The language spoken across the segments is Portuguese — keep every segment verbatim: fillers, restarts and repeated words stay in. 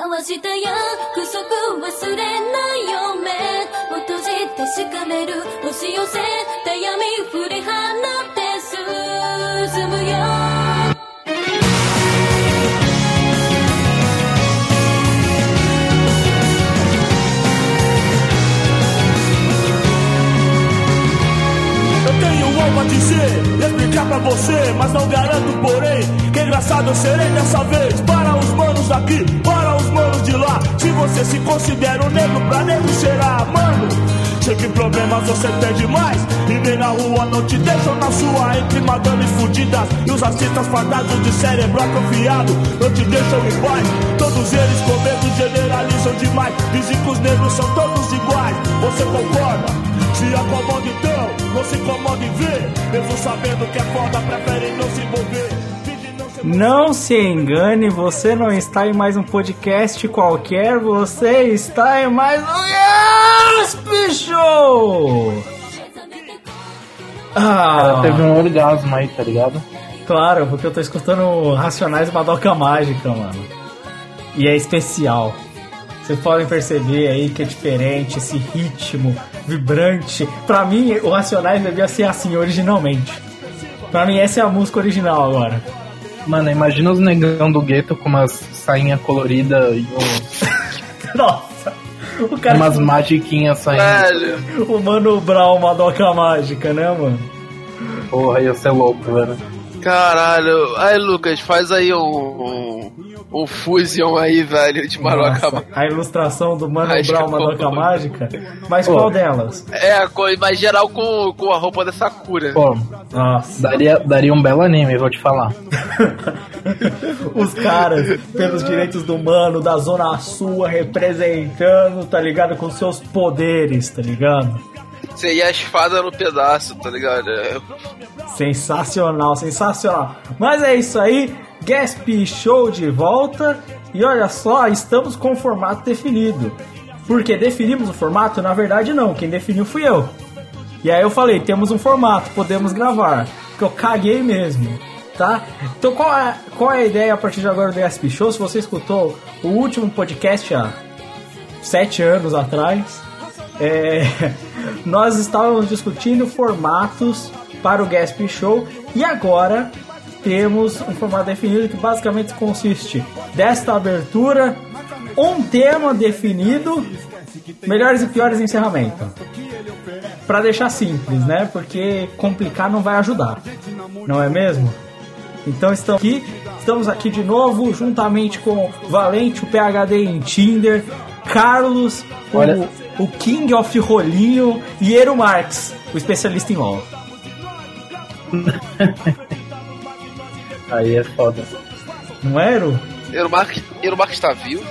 交わした約束忘れないよ目を閉じて確かめる押し寄せた闇振り放って進むよ Algo a dizer, explicar pra você, mas não garanto, porém, que engraçado eu serei dessa vez. Para os manos daqui, para os manos de lá. Se você se considera um negro, pra negro será, mano. Sei que problemas você tem demais. E nem na rua não te deixam na sua. Entre madames fudidas e os racistas fardados de cérebro atrofiado não te deixam em paz. Todos eles com medo generalizam demais. Dizem que os negros são todos iguais. Você concorda? Se acomoda então, não se incomoda em ver. Mesmo sabendo que é foda, preferem não se envolver. Não se engane, você não está em mais um podcast qualquer, você está em mais um Gasp Show! Ah, teve um orgasmo aí, tá ligado? Claro, porque eu tô escutando Racionais Madoka Mágica, mano. E é especial. Vocês podem perceber aí que é diferente, esse ritmo vibrante. Pra mim, o Racionais devia ser assim originalmente. Pra mim, essa é a música original agora. Mano, imagina os negão do gueto com umas sainha colorida e um... Nossa! O cara umas com... magiquinhas saindo. Velho. O Mano Brown Madoka Mágica, né, mano? Porra, ia ser louco, velho. Caralho. Aí, Lucas, faz aí um... um... um Fusion aí, velho, de Madoka Mágica. A ilustração do Mano Brown Madoka Mágica. Mas Pô. Qual delas? É, mais geral com, com a roupa da Sakura. Pô, Nossa. Daria, daria um belo anime, vou te falar. Os caras, pelos direitos do humano, da Zona Sul, representando, tá ligado? Com seus poderes, tá ligado? Seria a espada no pedaço, tá ligado? É. Sensacional, sensacional. Mas é isso aí. Gasp Show de volta. E olha só, estamos com o formato definido. Porque definimos o formato? Na verdade não, quem definiu fui eu. E aí eu falei, temos um formato, podemos gravar. Porque eu caguei mesmo, tá? Então qual é, qual é a ideia a partir de agora do Gasp Show? Se você escutou o último podcast há sete anos atrás, é, nós estávamos discutindo formatos para o Gasp Show. E agora temos um formato definido que basicamente consiste desta abertura, um tema definido, melhores e piores encerramento. Pra deixar simples, né? Porque complicar não vai ajudar, não é mesmo? Então estamos aqui, estamos aqui de novo, juntamente com Valente, o P H D em Tinder, Carlos, o, o King of Rolinho e Eero Marx, o especialista em LOL. Aí é foda. Não é, Eero? Eero Marx, Eero Marx tá vivo?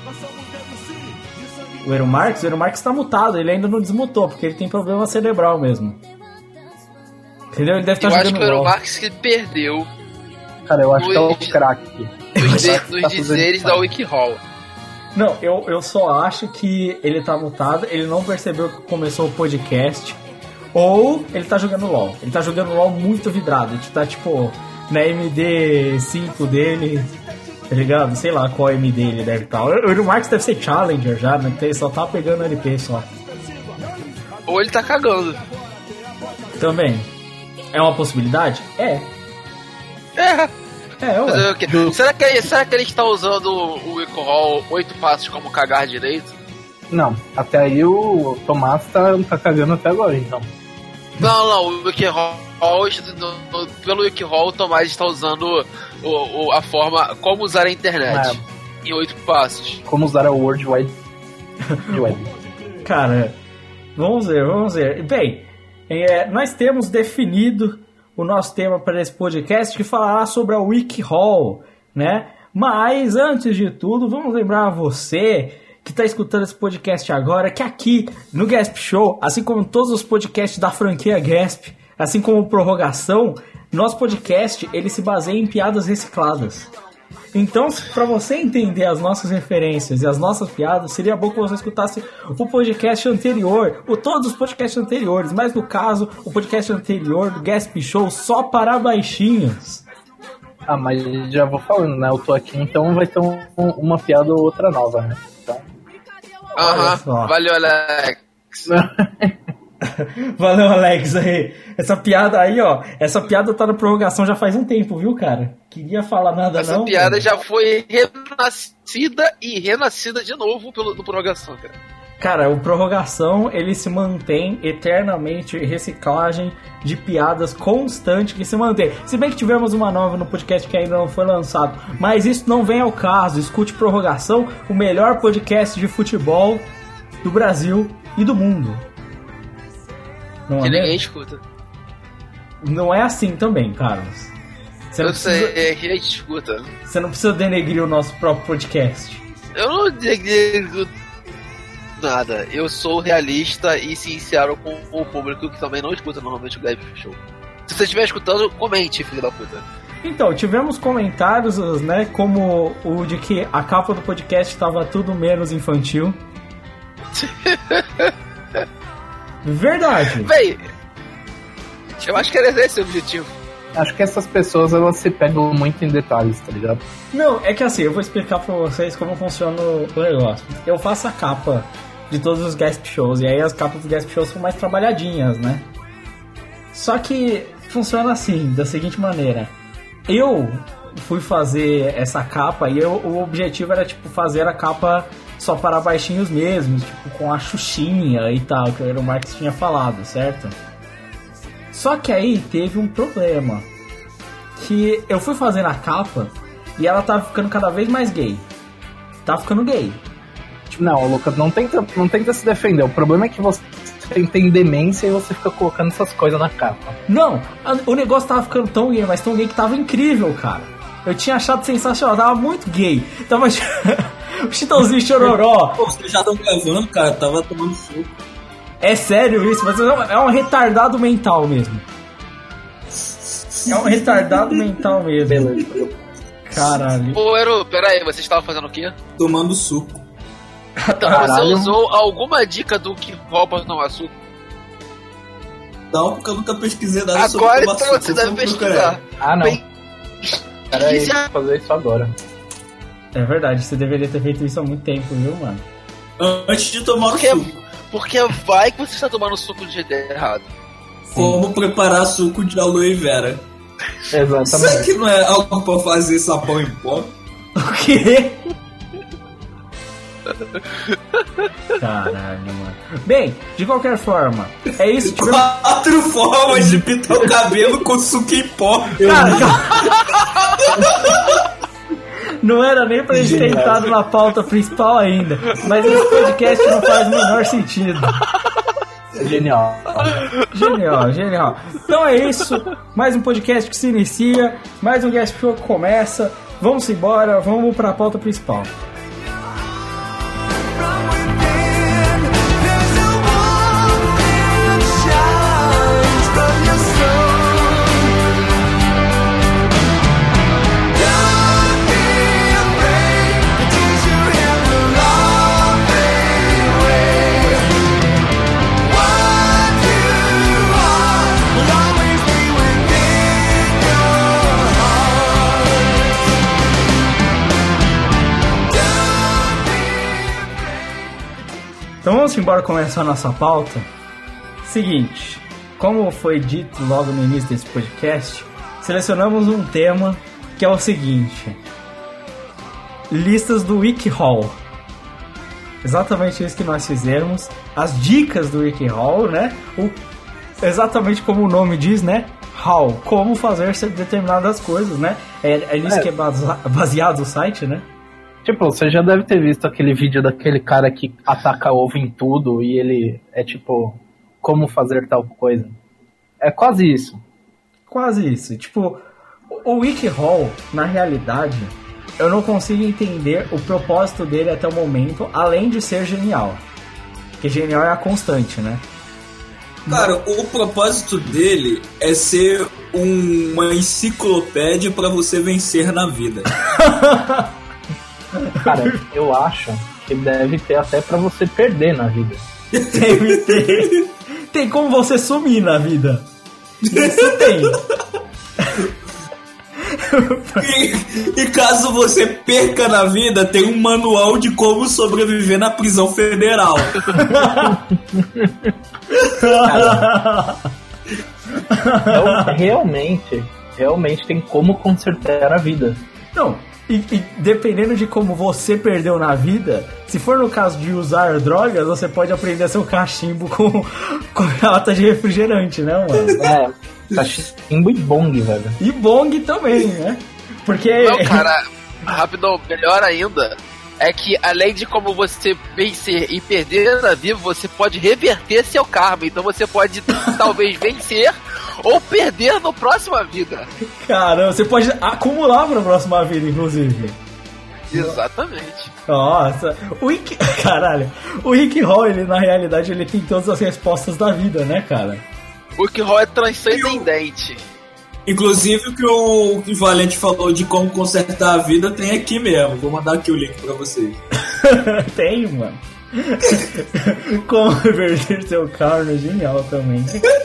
O Eero Marx? O Eero Marx tá mutado, ele ainda não desmutou, porque ele tem problema cerebral mesmo. Entendeu? Ele deve estar eu jogando acho que o Eero LOL. Marx que perdeu. Cara, eu acho nos, que é o crack. Nos, de, nos tá dizeres da WikiHow. Não, eu, eu só acho que ele tá mutado, ele não percebeu que começou o podcast, ou ele tá jogando LOL. Ele tá jogando LOL muito vidrado, ele tá tipo na M D cinco dele, tá ligado? Sei lá qual M D ele deve estar. O Eero Marx deve ser Challenger já, né? Ele só tá pegando L P só. Ou ele tá cagando. Também. É uma possibilidade? É. É. É, ué. Okay. Será, que, será que ele está usando o WikiHow oito passos como cagar direito? Não, até aí o Tomás tá, tá cagando até agora, então. Não, não, o WikiHow, pelo WikiHow, o Tomás está usando o, o, a forma como usar a internet é. Em oito passos. Como usar a World Wide Web. Cara, vamos ver, vamos ver. Bem, é, nós temos definido o nosso tema para esse podcast, que falará sobre a WikiHow, né? Mas, antes de tudo, vamos lembrar a você que está escutando esse podcast agora, que aqui no Gasp Show, assim como todos os podcasts da franquia Gasp, assim como o Prorrogação, nosso podcast, ele se baseia em piadas recicladas. Então, para você entender as nossas referências e as nossas piadas, seria bom que você escutasse o podcast anterior, ou todos os podcasts anteriores, mas no caso, o podcast anterior do Gasp Show só para baixinhos. Ah, mas já vou falando, né? Eu tô aqui, então vai ter um, uma piada ou outra nova, né? Então... Aham, uh-huh. Valeu, Alex. Valeu, Alex. Aí. Essa piada aí, ó. Essa piada tá na prorrogação já faz um tempo, viu, cara? Queria falar nada essa não. Essa piada cara. já foi renascida e renascida de novo pelo do prorrogação, cara. Cara, o prorrogação, ele se mantém eternamente, reciclagem de piadas constante que se mantém. Se bem que tivemos uma nova no podcast que ainda não foi lançado, mas isso não vem ao caso. Escute Prorrogação, o melhor podcast de futebol do Brasil e do mundo. Não que é ninguém mesmo? escuta. Não é assim também, Carlos. Você Eu não sei, precisa... é que a gente escuta. Você não precisa denegrir o nosso próprio podcast. Eu não denegro nada. Eu sou realista e sincero com o público que também não escuta normalmente o Live Show. Se você estiver escutando, comente, filho da puta. Então, tivemos comentários, né, como o de que a capa do podcast estava tudo menos infantil. Verdade. Véi, eu acho que era esse o objetivo. Acho que essas pessoas, elas se pegam muito em detalhes, tá ligado? Não, é que assim, eu vou explicar pra vocês como funciona o negócio. Eu faço a capa de todos os guest shows, e aí as capas dos guest shows são mais trabalhadinhas, né? Só que funciona assim, da seguinte maneira. Eu fui fazer essa capa e eu, o objetivo era, tipo, fazer a capa só para baixinhos mesmo, tipo, com a Xuxinha e tal, que o Marcos tinha falado, certo? Só que aí teve um problema, que eu fui fazer a capa e ela tava ficando cada vez mais gay. Tava ficando gay. Não, Lucas, não tenta, não tenta se defender. O problema é que você tem demência e você fica colocando essas coisas na capa. Não, a, o negócio tava ficando tão gay, mas tão gay que tava incrível, cara. Eu tinha achado sensacional, tava muito gay. Tava o Chitãozinho Chororó. Pô, vocês já estão gravando, cara, tava tomando suco. É sério isso, mas é um retardado mental mesmo. É um retardado mental mesmo. Beleza. Caralho. Ô, Eru, peraí, você estava fazendo o quê? Tomando suco. Então, você usou alguma dica do que rouba no tomar suco? Não, porque eu nunca pesquisei nada sobre agora tomar então suco. você deve pesquisar. Ah, não. Bem, Peraí, isso é- vou fazer isso agora. É verdade, você deveria ter feito isso há muito tempo, viu, mano? Antes de tomar Porque, o suco. porque vai que você está tomando suco de jeito errado. Como preparar suco de aloe vera. Será Exatamente. que não é algo pra fazer sabão em pó? O quê? Caralho, mano. Bem, de qualquer forma, é isso. Tivemos... Quatro formas de pintar o cabelo com suco em pó. Cara, não era nem pra gente ter entrado na pauta principal ainda, mas esse podcast não faz o menor sentido. Genial. Genial, genial. Então é isso. Mais um podcast que se inicia, mais um guest show que começa. Vamos embora, vamos pra pauta principal. Então vamos embora começar a nossa pauta. Seguinte, como foi dito logo no início desse podcast, selecionamos um tema que é o seguinte: listas do WikiHow. Exatamente isso que nós fizemos. As dicas do WikiHow, né? O, exatamente como o nome diz, né? How, como fazer determinadas coisas, né? É, é nisso É. que é basa- baseado o site, né? Tipo, você já deve ter visto aquele vídeo daquele cara que ataca ovo em tudo e ele é tipo, como fazer tal coisa. É quase isso. Quase isso. Tipo, o WikiHow, na realidade, eu não consigo entender o propósito dele até o momento, além de ser genial. Porque genial é a constante, né? Cara, o propósito dele é ser um- uma enciclopédia pra você vencer na vida. Cara, eu acho que deve ter até pra você perder na vida. Deve ter. Tem como você sumir na vida. Isso tem. E, e caso você perca na vida, tem um manual de como sobreviver na prisão federal. Cara, então, realmente, realmente tem como consertar a vida. Não, e, e dependendo de como você perdeu na vida, se for no caso de usar drogas, você pode aprender a ser um cachimbo com, com lata de refrigerante, né, mano? É, cachimbo e bong, velho. E bong também, né? Porque... Não, cara, rapidão, melhor ainda é que além de como você vencer e perder na vida, você pode reverter seu karma. Então você pode talvez vencer ou perder na próxima vida. Caramba, você pode acumular pra próxima vida, inclusive. Exatamente. Nossa, o Rick... Caralho, o Rick Hall, ele, na realidade, ele tem todas as respostas da vida, né, cara? O Rick Hall é transcendente. Inclusive o que o, que o Valente falou de como consertar a vida tem aqui mesmo. Vou mandar aqui o link pra vocês. Tem, mano. Como reverter seu karma, genial também.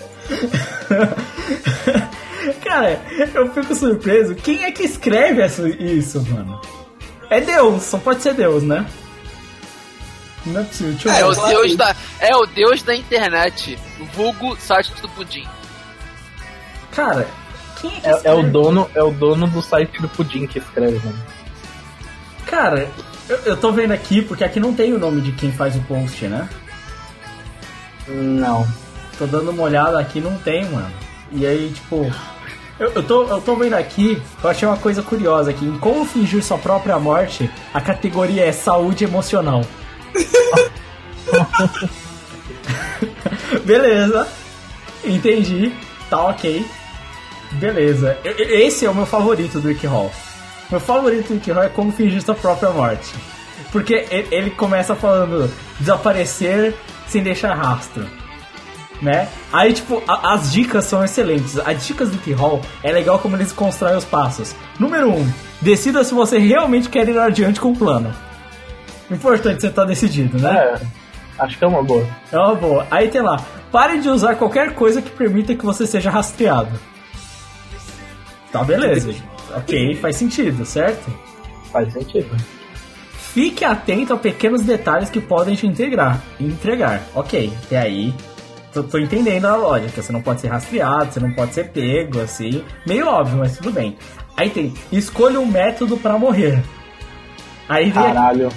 Cara, eu fico surpreso. Quem é que escreve essa, isso, mano? É Deus, só pode ser Deus, né? Não é possível. Deixa eu É ver. o, deus da, é o deus da internet. Vulgo site do pudim. Cara, quem é que É, é, escreve? o dono, é o dono do site do pudim que escreve, mano. Cara, eu, eu tô vendo aqui, porque aqui não tem o nome de quem faz o post, né? Não. Tô dando uma olhada aqui, não tem, mano. E aí, tipo... Eu, eu, tô, eu tô vendo aqui, eu achei uma coisa curiosa aqui. Em Como Fingir Sua Própria Morte, a categoria é Saúde Emocional. Beleza. Entendi. Tá ok. Beleza. Eu- eu- Esse é o meu favorito do Rick Hall. Meu favorito do Rick Hall é Como Fingir Sua Própria Morte. Porque ele, ele começa falando desaparecer sem deixar rastro, né? Aí, tipo, a- as dicas são excelentes. As dicas do Rick Hall é legal como eles constroem os passos. Número um, decida se você realmente quer ir adiante com o plano. Importante você estar decidido, né? É, acho que é uma boa. É uma boa. Aí tem lá, pare de usar qualquer coisa que permita que você seja rastreado. Tá, beleza. Ok, faz sentido, certo? Faz sentido. Fique atento a pequenos detalhes que podem te integrar, entregar. Ok, até aí tô, tô entendendo a lógica. Você não pode ser rastreado, você não pode ser pego, assim. Meio óbvio, mas tudo bem. Aí tem, escolha um método pra morrer. Aí vem Caralho.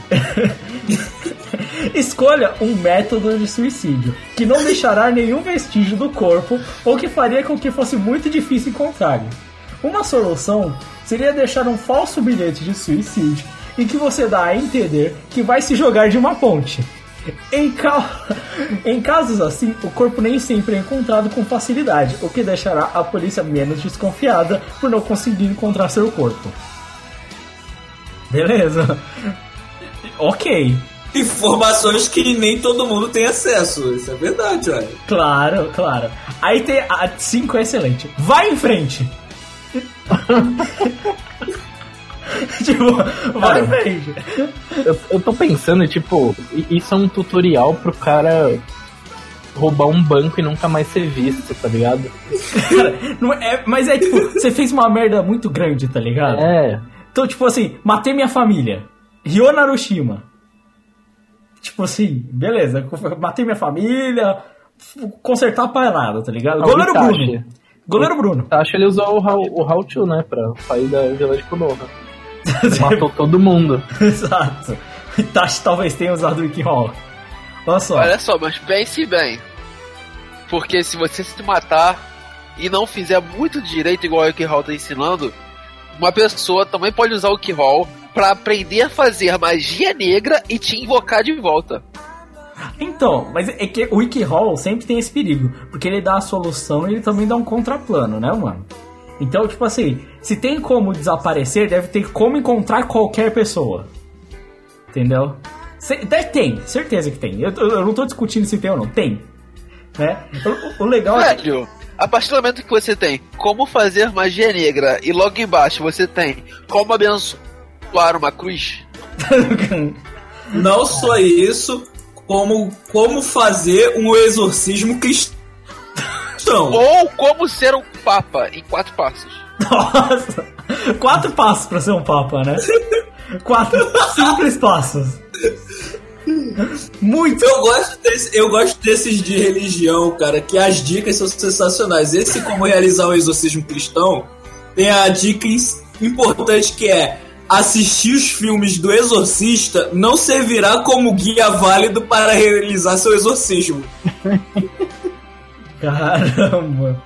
Escolha um método de suicídio que não deixará nenhum vestígio do corpo ou que faria com que fosse muito difícil encontrar. Uma solução seria deixar um falso bilhete de suicídio em que você dá a entender que vai se jogar de uma ponte. Em, ca... em casos assim, o corpo nem sempre é encontrado com facilidade, o que deixará a polícia menos desconfiada por não conseguir encontrar seu corpo. Beleza. Ok. Informações que nem todo mundo tem acesso. Isso é verdade, olha. Claro, claro. Aí tem a cinco é excelente. Vai em frente. Tipo, vai em frente. Eu, eu tô pensando, tipo, i- isso é um tutorial pro cara roubar um banco e nunca mais ser visto, tá ligado? Cara, não é, mas é tipo, você fez uma merda muito grande, tá ligado? É. Então, tipo assim, matei minha família. Ryo Narushima. Tipo assim, beleza, matei minha família, consertar a panelada, tá ligado? Ah, Goleiro o Itachi. Bruno. Goleiro Bruno. Acho que ele usou o How, o How to, né, pra sair da Vila de Konoha. Matou todo mundo. Exato. Itachi talvez tenha usado o Rick Hall. Olha só. Olha só, mas pense bem. Porque se você se matar e não fizer muito direito igual o Kihall tá ensinando, uma pessoa também pode usar o Kihall pra aprender a fazer magia negra e te invocar de volta. Então, mas é que o Rick Hall sempre tem esse perigo, porque ele dá a solução e ele também dá um contraplano, né, mano? Então, tipo assim, se tem como desaparecer, deve ter como encontrar qualquer pessoa. Entendeu? Se, deve, tem, certeza que tem. Eu, eu não tô discutindo se tem ou não, tem. Né? O, o legal é que... Velho, a partir do momento que você tem como fazer magia negra e logo embaixo você tem como abençoar uma cruz, Não só isso, como, como fazer um exorcismo cristão. ou como ser um papa em quatro passos. Nossa! Quatro passos pra ser um papa, né? Quatro simples passos. Muito. Eu gosto, desse, eu gosto desses de religião, cara, que as dicas são sensacionais. Esse como realizar o exorcismo cristão tem a dica importante que é: assistir os filmes do exorcista não servirá como guia válido para realizar seu exorcismo. Caramba.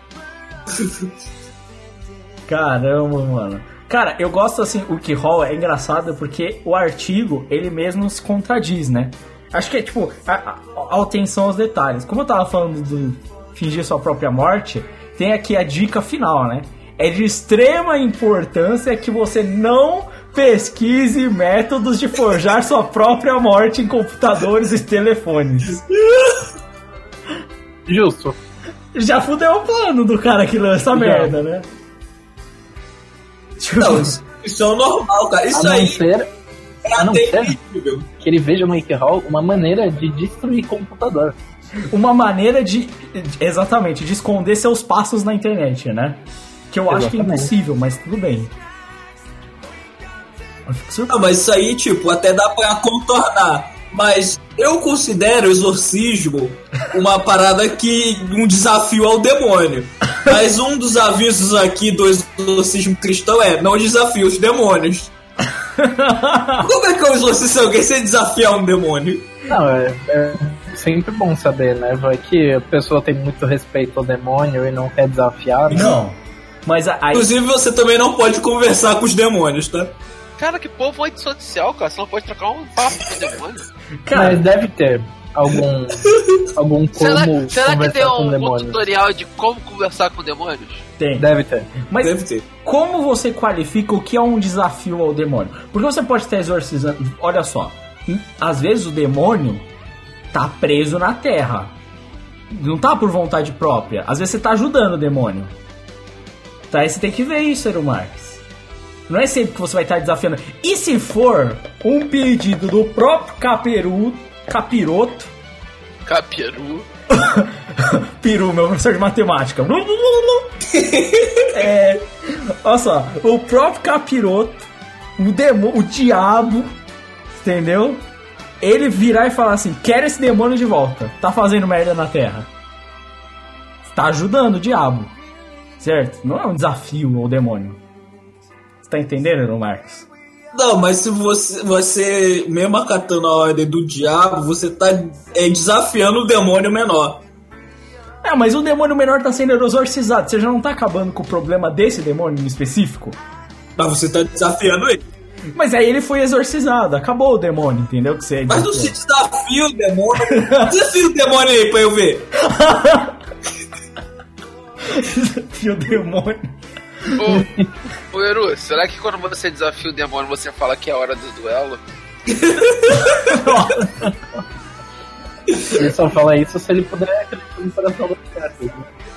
Caramba, mano. Cara, eu gosto assim, o que rola é engraçado porque o artigo, ele mesmo se contradiz, né? Acho que é tipo, a, a, a atenção aos detalhes. Como eu tava falando do fingir sua própria morte, tem aqui a dica final, né? É de extrema importância que você não pesquise métodos de forjar sua própria morte em computadores e telefones. Justo. Já fudeu o plano do cara que leu essa Já. merda, né? Tipo... Não, isso, isso é o normal, cara. Isso a aí não ser, é a não até ser que ele veja no Wikihall uma maneira de destruir computador. Uma maneira de, exatamente, de esconder seus passos na internet, né? Que eu exatamente. acho que é impossível, mas tudo bem. Não, mas isso aí, tipo, até dá pra contornar. Mas eu considero o exorcismo uma parada que... um desafio ao demônio. Mas um dos avisos aqui do exorcismo cristão é: não desafie os demônios. Como é que é o exorcismo se alguém se desafiar um demônio? Não, é, é sempre bom saber, né? Vai que a pessoa tem muito respeito ao demônio e não quer desafiar. Né? Não, mas aí... Inclusive você também não pode conversar com os demônios, tá? Cara, que povo antissocial, cara. Você não pode trocar um papo com o demônio. Cara, mas deve ter algum algum como será, será que tem um, um tutorial de como conversar com demônios? Tem. Deve ter. Mas Deve ter. Como você qualifica o que é um desafio ao demônio? Porque você pode estar exorcizando... Olha só. Às vezes o demônio tá preso na terra. Não tá por vontade própria. Às vezes você tá ajudando o demônio. Tá, aí você tem que ver isso, Ciro Marques. Não é sempre que você vai estar desafiando. E se for um pedido do próprio caperu, capiroto... Capiru? Peru, meu professor de matemática. É, olha só, o próprio capiroto, o demônio, o diabo, entendeu? Ele virar e falar assim: quero esse demônio de volta. Tá fazendo merda na terra. Tá ajudando o diabo. Certo? Não é um desafio ao demônio. Você tá entendendo, Marcos? Não, mas se você, você mesmo acatando a ordem do diabo, você tá é, desafiando o demônio menor. É, mas o demônio menor tá sendo exorcizado. Você já não tá acabando com o problema desse demônio em específico? Mas você tá desafiando ele. Mas aí ele foi exorcizado. Acabou o demônio, entendeu? Que você mas não se desafia o demônio. Desafia o demônio aí pra eu ver. Desafia o demônio. Ô, ô Eru, será que quando você desafia o demônio você fala que é a hora do duelo? Ele só fala isso se ele puder acreditar no coração do certo.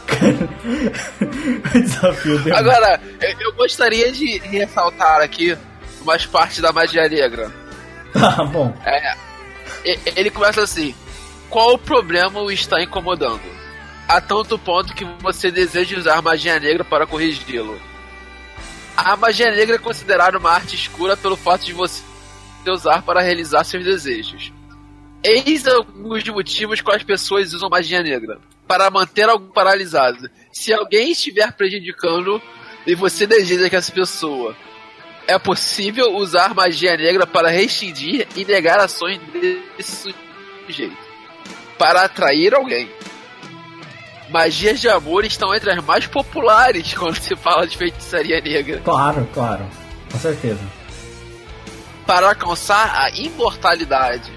Desafio o demônio. Agora, eu, eu gostaria de ressaltar aqui umas partes da magia negra. Ah, bom. É, ele começa assim: qual o problema o está incomodando? A tanto ponto que você deseja usar magia negra para corrigi-lo. A magia negra é considerada uma arte escura pelo fato de você usar para realizar seus desejos. Eis alguns motivos quais as pessoas usam magia negra: para manter algo paralisado. Se alguém estiver prejudicando e você deseja que essa pessoa... É possível usar magia negra para restringir e negar ações desse sujeito. Para atrair alguém. Magias de amor estão entre as mais populares quando se fala de feitiçaria negra. Claro, claro. Com certeza. Para alcançar a imortalidade.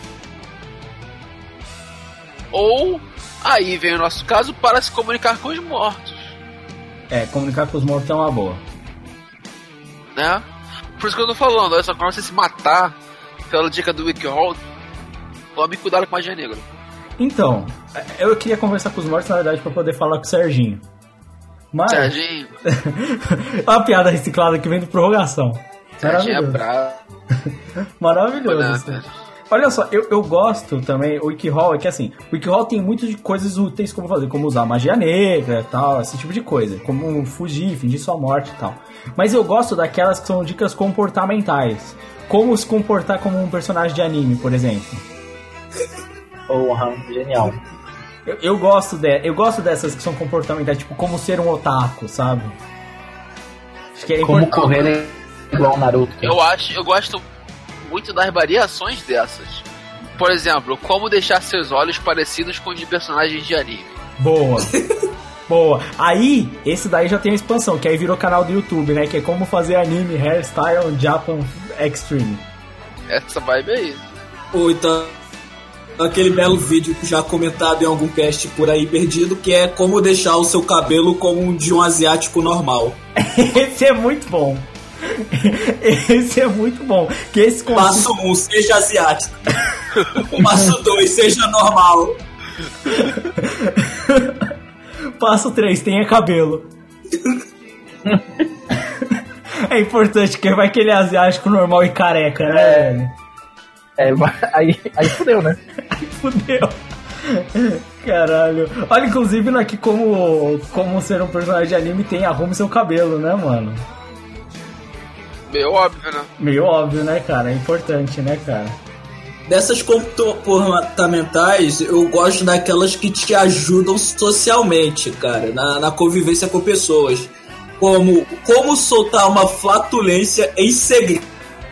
Ou, aí vem o nosso caso, para se comunicar com os mortos. É, comunicar com os mortos é uma boa. Né? Por isso que eu tô falando, olha só, quando você se matar, pela dica do Wikihall, tome cuidado com magia negra. Então, eu queria conversar com os mortos, na verdade, pra poder falar com o Serginho. Mas... Serginho. Olha a piada reciclada que vem do Prorrogação. Serginho é bravo. Maravilhoso. olha só, eu, eu gosto também, o WikiHow é que assim, o WikiHow tem muitas de coisas úteis como fazer, como usar magia negra e tal, esse tipo de coisa, como fugir, fingir sua morte e tal. Mas eu gosto daquelas que são dicas comportamentais, como se comportar como um personagem de anime, por exemplo. Porra, genial. Eu, eu, gosto de, eu gosto dessas que são comportamentais, tipo, como ser um otaku, sabe? Acho que é como importante. correr igual o Naruto. Eu acho, eu gosto muito das variações dessas. Por exemplo, como deixar seus olhos parecidos com os de personagens de anime. Boa. Boa. Aí, esse daí já tem a expansão, que aí virou canal do YouTube, né? Que é como fazer anime hairstyle Japan Extreme. Essa vibe aí. Ou então aquele belo vídeo já comentado em algum cast por aí perdido, que é como deixar o seu cabelo como um de um asiático normal. Esse é muito bom. Esse é muito bom. Que esse consiste... Passo um, seja asiático. Passo dois, seja normal. Passo três, tenha cabelo. É importante, que vai que ele é asiático normal e careca, né? É, é aí, aí fudeu, né? Aí fudeu. Caralho. Olha, inclusive, aqui como, como ser um personagem de anime tem arrume seu cabelo, né, mano? Meio óbvio, né? Meio óbvio, né, cara? É importante, né, cara? Dessas comportamentais, eu gosto daquelas que te ajudam socialmente, cara, na, na convivência com pessoas. Como, como soltar uma flatulência em segredo,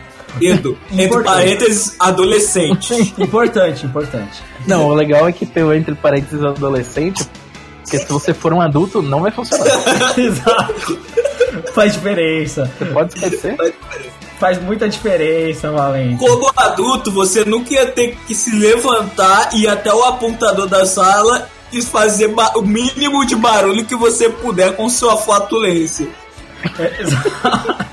entre parênteses, adolescente. Importante, importante. Não, o legal é que pelo entre parênteses adolescente, porque se você for um adulto, não vai funcionar. Exato. Faz diferença. Você pode esquecer? Faz diferença. Faz muita diferença, Valente. Como adulto, você nunca ia ter que se levantar e ir até o apontador da sala e fazer o mínimo de barulho que você puder com sua flatulência. É, exato.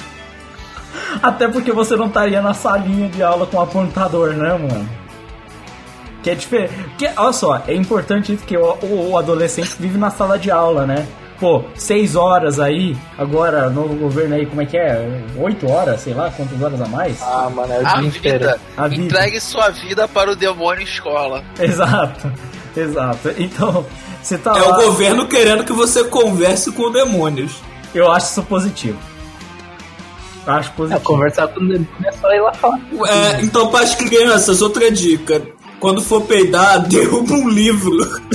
Até porque você não estaria na salinha de aula com o apontador, né, mano? Que é diferente. Porque, olha só, é importante isso que o, o adolescente vive na sala de aula, né? Pô, seis horas aí, agora, novo governo aí, como é que é? Oito horas, sei lá, quantas horas a mais? Ah, mano, é o a dia vida. inteiro. A vida. Entregue sua vida para o demônio escola. Exato, exato. Então, você tá É lá... o governo querendo que você converse com demônios. Eu acho isso positivo. Acho positivo. É, conversar com o demônio é só ir lá falar. É, então, para as crianças, outra dica. Quando for peidar, derruba um livro.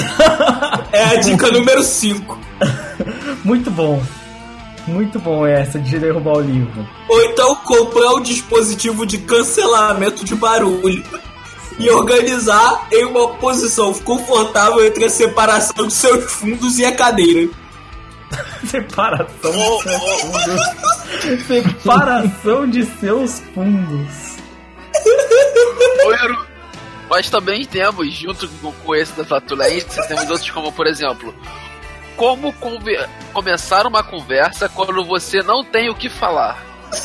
É a dica número cinco. Muito bom. Muito bom essa de derrubar o livro. Ou então comprar um dispositivo de cancelamento de barulho e organizar em uma posição confortável entre a separação de seus fundos e a cadeira. Separação de seus fundos. Separação de seus fundos. Oi, nós também temos, junto com esse da flatulência, temos outros como, por exemplo, como conver- começar uma conversa quando você não tem o que falar.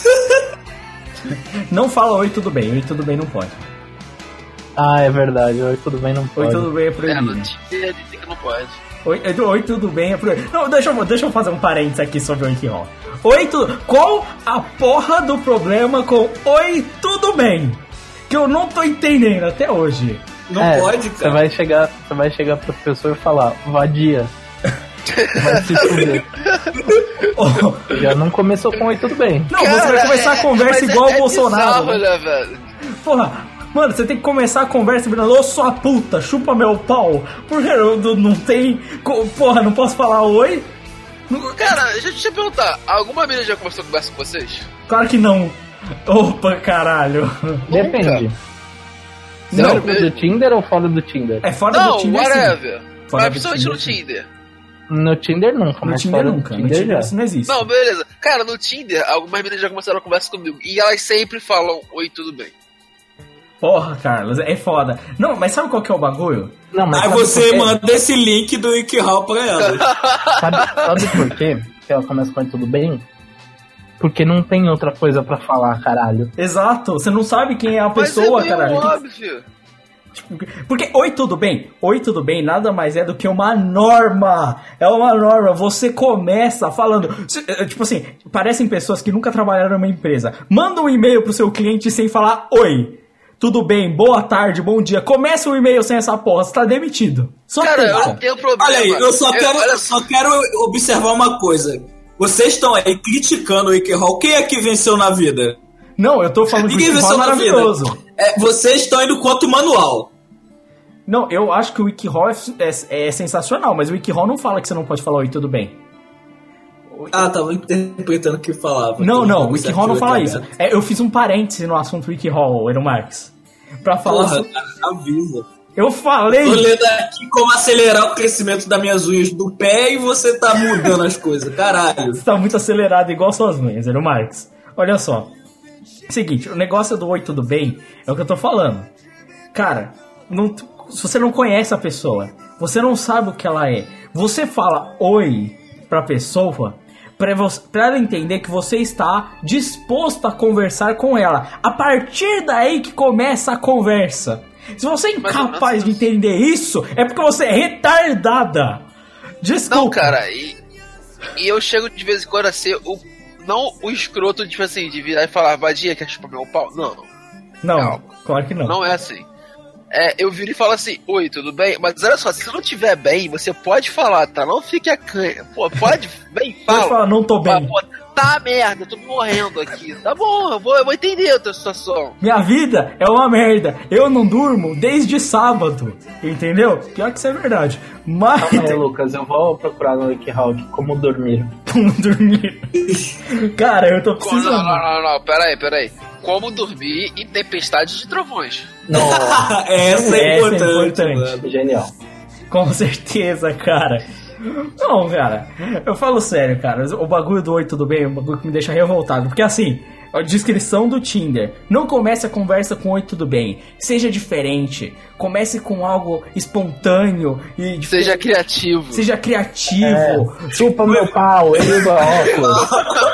Não fala oi, tudo bem. Oi, tudo bem, não pode. Ah, é verdade. Oi, tudo bem, não pode. Oi, tudo bem, é É, proibido. no Tinder dizem que não pode. Oi, oi, tudo bem, é proibido. Não, deixa eu, deixa eu fazer um parênteses aqui sobre o WikiHow. Oi, tudo... Qual a porra do problema com oi, tudo bem? Que eu não tô entendendo até hoje. Não é, pode, Você cara. vai chegar, você vai chegar pro professor e falar, vadia. Vai se fuder. Oh, Já não começou com oi, tudo bem. não, você vai começar a conversa mas igual é, o Bolsonaro. É bizarro, né? né, velho? Porra, mano, você tem que começar a conversa virando, ô sua puta, chupa meu pau. Porque eu não, não tem. Porra, não posso falar oi? Cara, deixa eu te perguntar, alguma menina já começou a conversa com vocês? Claro que não. Opa, caralho. Depende. Não, Dentro do Tinder ou fora do Tinder? é fora Não, do Tinder. sim. whatever. Fora Mas do principalmente no Tinder, sim. Tinder. No Tinder nunca, No mas Tinder fora nunca. do No Tinder Tinder já. isso não existe. Não, beleza. Cara, no Tinder, algumas meninas já começaram a conversa comigo. E elas sempre falam, oi, tudo bem. Porra, Carlos, é foda. Não, mas sabe qual que é o bagulho? Não, mas Aí sabe você por quê? manda esse link do WikiHow pra ela. Sabe, sabe por quê que ela começa com oi, tudo bem? Porque não tem outra coisa pra falar, caralho. Exato, você não sabe quem é a pessoa, Mas é meio caralho. óbvio. Porque oi, tudo bem? Oi, tudo bem? Nada mais é do que uma norma. É uma norma. Você começa falando... Tipo assim, parecem pessoas que nunca trabalharam numa empresa. Manda um e-mail pro seu cliente sem falar oi. tudo bem, boa tarde, bom dia. Começa o e-mail sem essa porra, você tá demitido. Só Cara, eu tenta. não tenho problema. Olha aí, eu só, Eu- quero, olha- eu só quero observar uma coisa. Vocês estão aí criticando o Wiki Hall. Quem é que venceu na vida? Não, eu tô falando que o Ninguém Wiki Hall venceu é na vida. maravilhoso. É, vocês estão indo contra o manual. Não, eu acho que o Wiki Hall é, é- é sensacional, mas o Wiki Hall não fala que você não pode falar oi, tudo bem. Ah, tava interpretando o que falava. Não, Então, não, o vamos Wiki Hall não aqui, fala aqui, isso. né? É, eu fiz um parêntese no assunto Wiki Hall, Ero Marques. Pra falar. Porra, so- cara, avisa. Eu falei. Tô lendo aqui como acelerar o crescimento das minhas unhas do pé e você tá mudando as coisas. Caralho. Você tá muito acelerado igual suas unhas, Ero Marques. Olha só. Seguinte, o negócio do oi, tudo bem, é o que eu tô falando. Cara, não- se você não conhece a pessoa, você não sabe o que ela é, você fala oi pra pessoa pra, você, pra ela entender que você está disposto a conversar com ela. A partir daí que começa a conversa. Se você é Mas, incapaz nossa, de entender isso, é porque você é retardada. Desculpa. Não, cara, e, e eu chego de vez em quando a ser o. Não o escroto, tipo assim, de virar e falar, vadia, quer chupar meu pau? Não, Não, Calma. claro que não. não é assim. É, eu viro e falo assim, oi, tudo bem? Mas olha só, se você não tiver bem, você pode falar, tá? Não fique a canha. Pô, pode? Bem, fala. Pode falar, não tô bem. Fala, pô, tá merda, eu tô morrendo aqui. Tá bom, eu vou, eu vou entender a tua situação. Minha vida é uma merda. Eu não durmo desde sábado. Entendeu? Pior que isso é verdade. Mas. Calma aí, Lucas, eu vou procurar no WikiHow como dormir. Como dormir. Cara, eu tô Não, precisando. não, não, não, peraí, peraí. Como dormir em tempestade de trovões. Nossa, Essa é Essa é importante. importante. mano. genial. Com certeza, cara. Não, cara. Eu falo sério, cara. O bagulho do oi, tudo bem? É um bagulho que me deixa revoltado. Porque assim, a descrição do Tinder. Não comece a conversa com oi, tudo bem. Seja diferente. Comece com algo espontâneo e difer- Seja criativo. Seja criativo. É, chupa meu pau, ele usa óculos.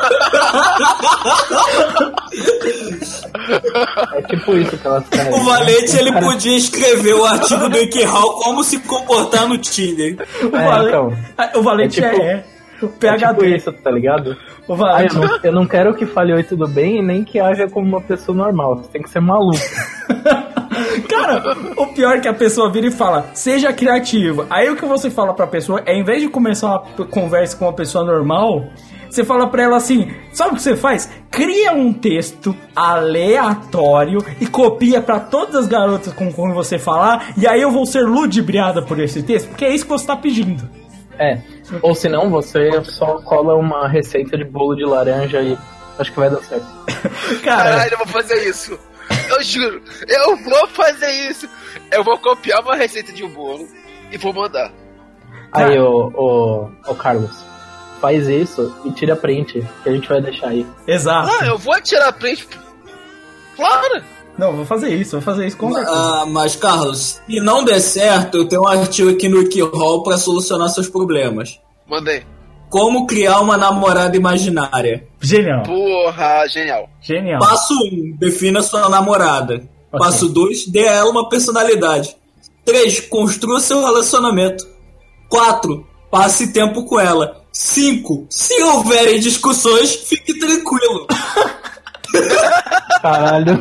É tipo isso que elas querem. O Valente, ele podia escrever o artigo do Wiki Hall como se comportar no Tinder. O, É, Vale- então. Ah, o Valente É tipo- é, o É tipo PhD. isso, tá ligado? O Ah, Valente. eu, não, eu não quero que fale oi, tudo bem, e nem que haja como uma pessoa normal. Você tem que ser maluco. Cara, o pior é que a pessoa vira e fala, seja criativo. Aí o que você fala pra pessoa é, em vez de começar uma p- conversa com uma pessoa normal, você fala pra ela assim, sabe o que você faz? Cria um texto aleatório e copia pra todas as garotas com quem você falar, e aí eu vou ser ludibriada por esse texto, porque é isso que você tá pedindo. É. Ou senão você só cola uma receita de bolo de laranja e acho que vai dar certo. Cara, Caralho, eu vou fazer isso. Eu juro, eu vou fazer isso. Eu vou copiar uma receita de um bolo e vou mandar. Aí, ô, ô, ô Carlos, faz isso e tira print, que a gente vai deixar aí. exato. Ah, eu vou tirar print. Claro. Não, vou fazer isso, vou fazer isso com certeza. Ah, mas, Carlos, se não der certo, eu tenho um artigo aqui no Wiki Hall pra solucionar seus problemas. Mandei. Como criar uma namorada imaginária. Genial, Porra, genial. genial. Passo um, defina sua namorada. Ok. Passo dois, dê a ela uma personalidade. três, construa seu relacionamento. quatro, passe tempo com ela. cinco, se houverem discussões, fique tranquilo. Caralho.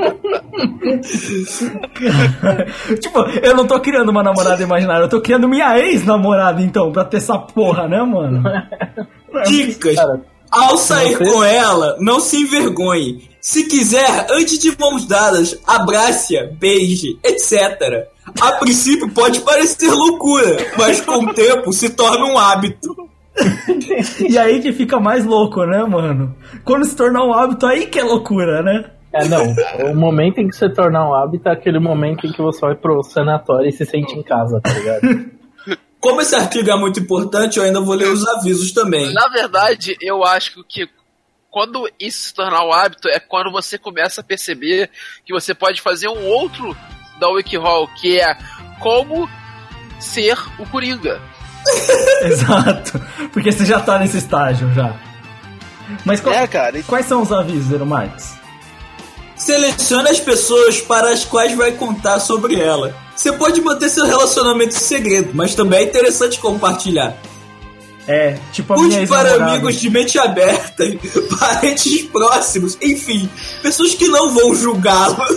Tipo, eu não tô criando uma namorada imaginária, eu tô criando minha ex-namorada, então, pra ter essa porra, né, mano? Dicas. Cara, Ao sair você- com ela, não se envergonhe. Se quiser, antes de mãos dadas, abrace-a, beije, etcétera. A princípio pode parecer loucura, mas com o tempo se torna um hábito. E aí que fica mais louco, né, mano? Quando se tornar um hábito, aí que é loucura, né? É, não. O momento em que você tornar um hábito é aquele momento em que você vai pro sanatório e se sente em casa, tá ligado? Como esse artigo é muito importante, eu ainda vou ler os avisos também. Na verdade, eu acho que quando isso se tornar um hábito é quando você começa a perceber que você pode fazer um outro da WikiHow, que é como ser o Coringa. Exato. Porque você já tá nesse estágio, já. Mas qual- É, cara. quais são os avisos, Ero Marques? Selecione as pessoas para as quais vai contar sobre ela. Você pode manter seu relacionamento em segredo, mas também é interessante compartilhar. É, tipo a minha Conte para ex-namorada. amigos de mente aberta, parentes próximos, enfim, pessoas que não vão julgá-lo.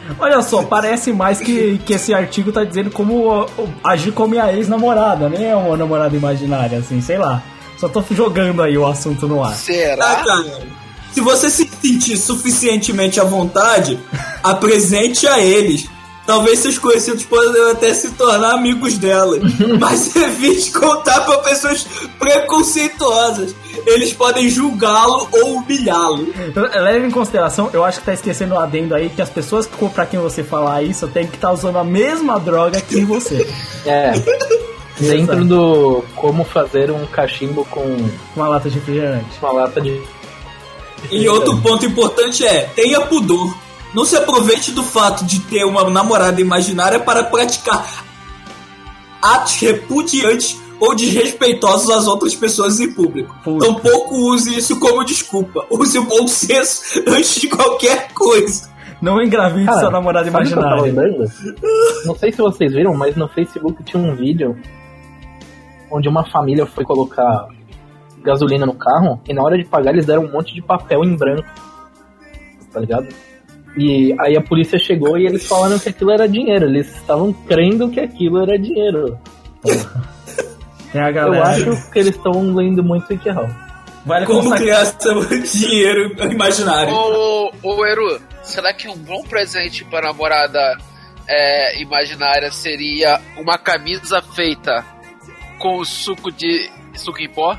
Olha só, parece mais que, que esse artigo tá dizendo como ó, agir com a minha ex-namorada, nem é uma namorada imaginária, assim, sei lá. Só tô jogando aí o assunto no ar. Será? Ah, cara, se você se sentir suficientemente à vontade, apresente a eles. Talvez seus conhecidos possam até se tornar amigos dela. Mas evite contar para pessoas preconceituosas. Eles podem julgá-lo ou humilhá-lo. Leve em consideração, eu acho que tá esquecendo o adendo aí, que as pessoas que pra quem você falar isso tem que estar tá usando a mesma droga que você. É. Dentro do como fazer um cachimbo com uma lata de refrigerante. Uma lata de... E outro ponto importante é, tenha pudor. Não se aproveite do fato de ter uma namorada imaginária para praticar atos repudiantes ou desrespeitosos às outras pessoas em público. Puta. Tampouco use isso como desculpa. Use o bom senso antes de qualquer coisa. Não engravide Cara, sua namorada sabe imaginária. O que eu tava lembrando? Não sei se vocês viram, mas no Facebook tinha um vídeo onde uma família foi colocar gasolina no carro e na hora de pagar eles deram um monte de papel em branco. Tá ligado? E aí a polícia chegou e eles falaram que aquilo era dinheiro. Eles estavam crendo que aquilo era dinheiro. Tem a Eu galera. acho que eles estão lendo muito Wiki Hall. Vale Como constar- criar seu dinheiro imaginário. Ô, ô Eru, será que um bom presente para a namorada é, imaginária seria uma camisa feita com suco de suco em pó?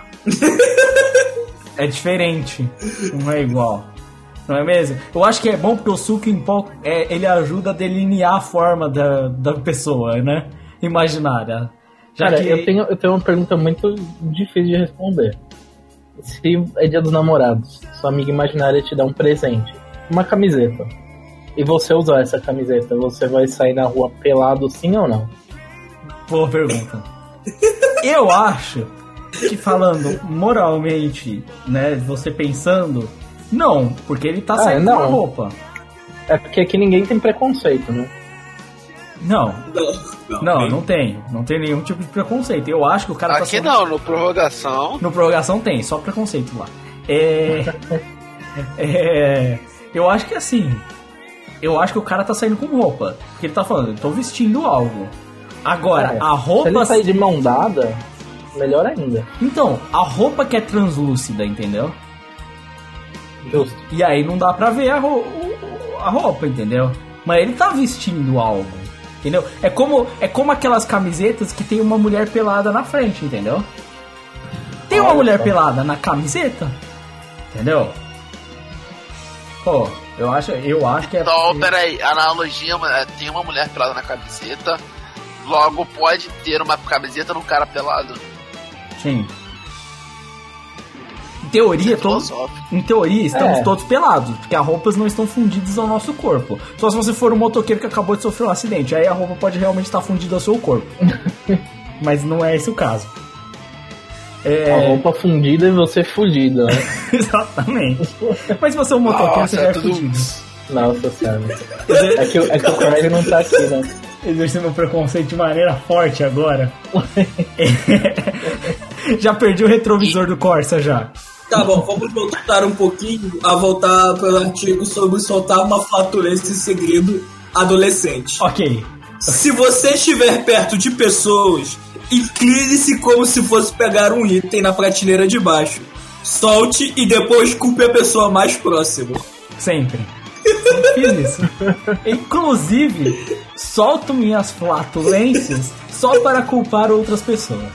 É diferente. Não é igual. Não é mesmo? Eu acho que é bom porque o suco em pó é, ele ajuda a delinear a forma da, da pessoa, né? Imaginária. Já Cara, que... eu, tenho, eu tenho uma pergunta muito difícil de responder. Se é dia dos namorados, sua amiga imaginária te dá um presente, uma camiseta, e você usar essa camiseta, você vai sair na rua pelado sim ou não? Boa pergunta. Eu acho que falando moralmente, né, você pensando, não, porque ele tá Ah, saindo não. com a roupa. É porque aqui ninguém tem preconceito, né? Não, Não, não, bem- não tem. Não tem nenhum tipo de preconceito. Eu acho que o cara tá Aqui saindo... não, no prorrogação. No prorrogação tem, só preconceito lá. É... é... Eu acho que assim... Eu acho que o cara tá saindo com roupa. Porque ele tá falando, eu tô vestindo algo. Agora, Cara, a roupa... Se ele sair de mão dada, melhor ainda. Então, a roupa que é translúcida, entendeu? Justo. E aí não dá pra ver a, ro- o- a roupa, entendeu? Mas ele tá vestindo algo, entendeu? É como, é como aquelas camisetas que tem uma mulher pelada na frente, entendeu? Tem uma Olha mulher só. pelada na camiseta, entendeu? Pô, eu acho, eu acho que é... Então, peraí, a analogia é, tem uma mulher pelada na camiseta, logo pode ter uma camiseta num cara pelado. Sim. Em teoria, todos, Filosófico. em teoria estamos É. todos pelados, porque as roupas não estão fundidas ao nosso corpo. Só se você for um motoqueiro que acabou de sofrer um acidente, aí a roupa pode realmente estar fundida ao seu corpo. Mas não é esse o caso. A É, roupa fundida e você fudida, né? exatamente. Mas se você é um motoqueiro, Nossa, você já é é tudo- fudido. Nossa senhora. É que, o- é que o Craig não tá aqui, né? Exercendo um preconceito de maneira forte agora. Já perdi o retrovisor do Corsa já. Tá bom, vamos voltar um pouquinho a voltar para o artigo sobre soltar uma flatulência em segredo adolescente. Ok. Se você estiver perto de pessoas, incline-se como se fosse pegar um item na prateleira de baixo. Solte e depois culpe a pessoa mais próxima. Sempre. Eu fiz isso. Inclusive, solto minhas flatulências só para culpar outras pessoas.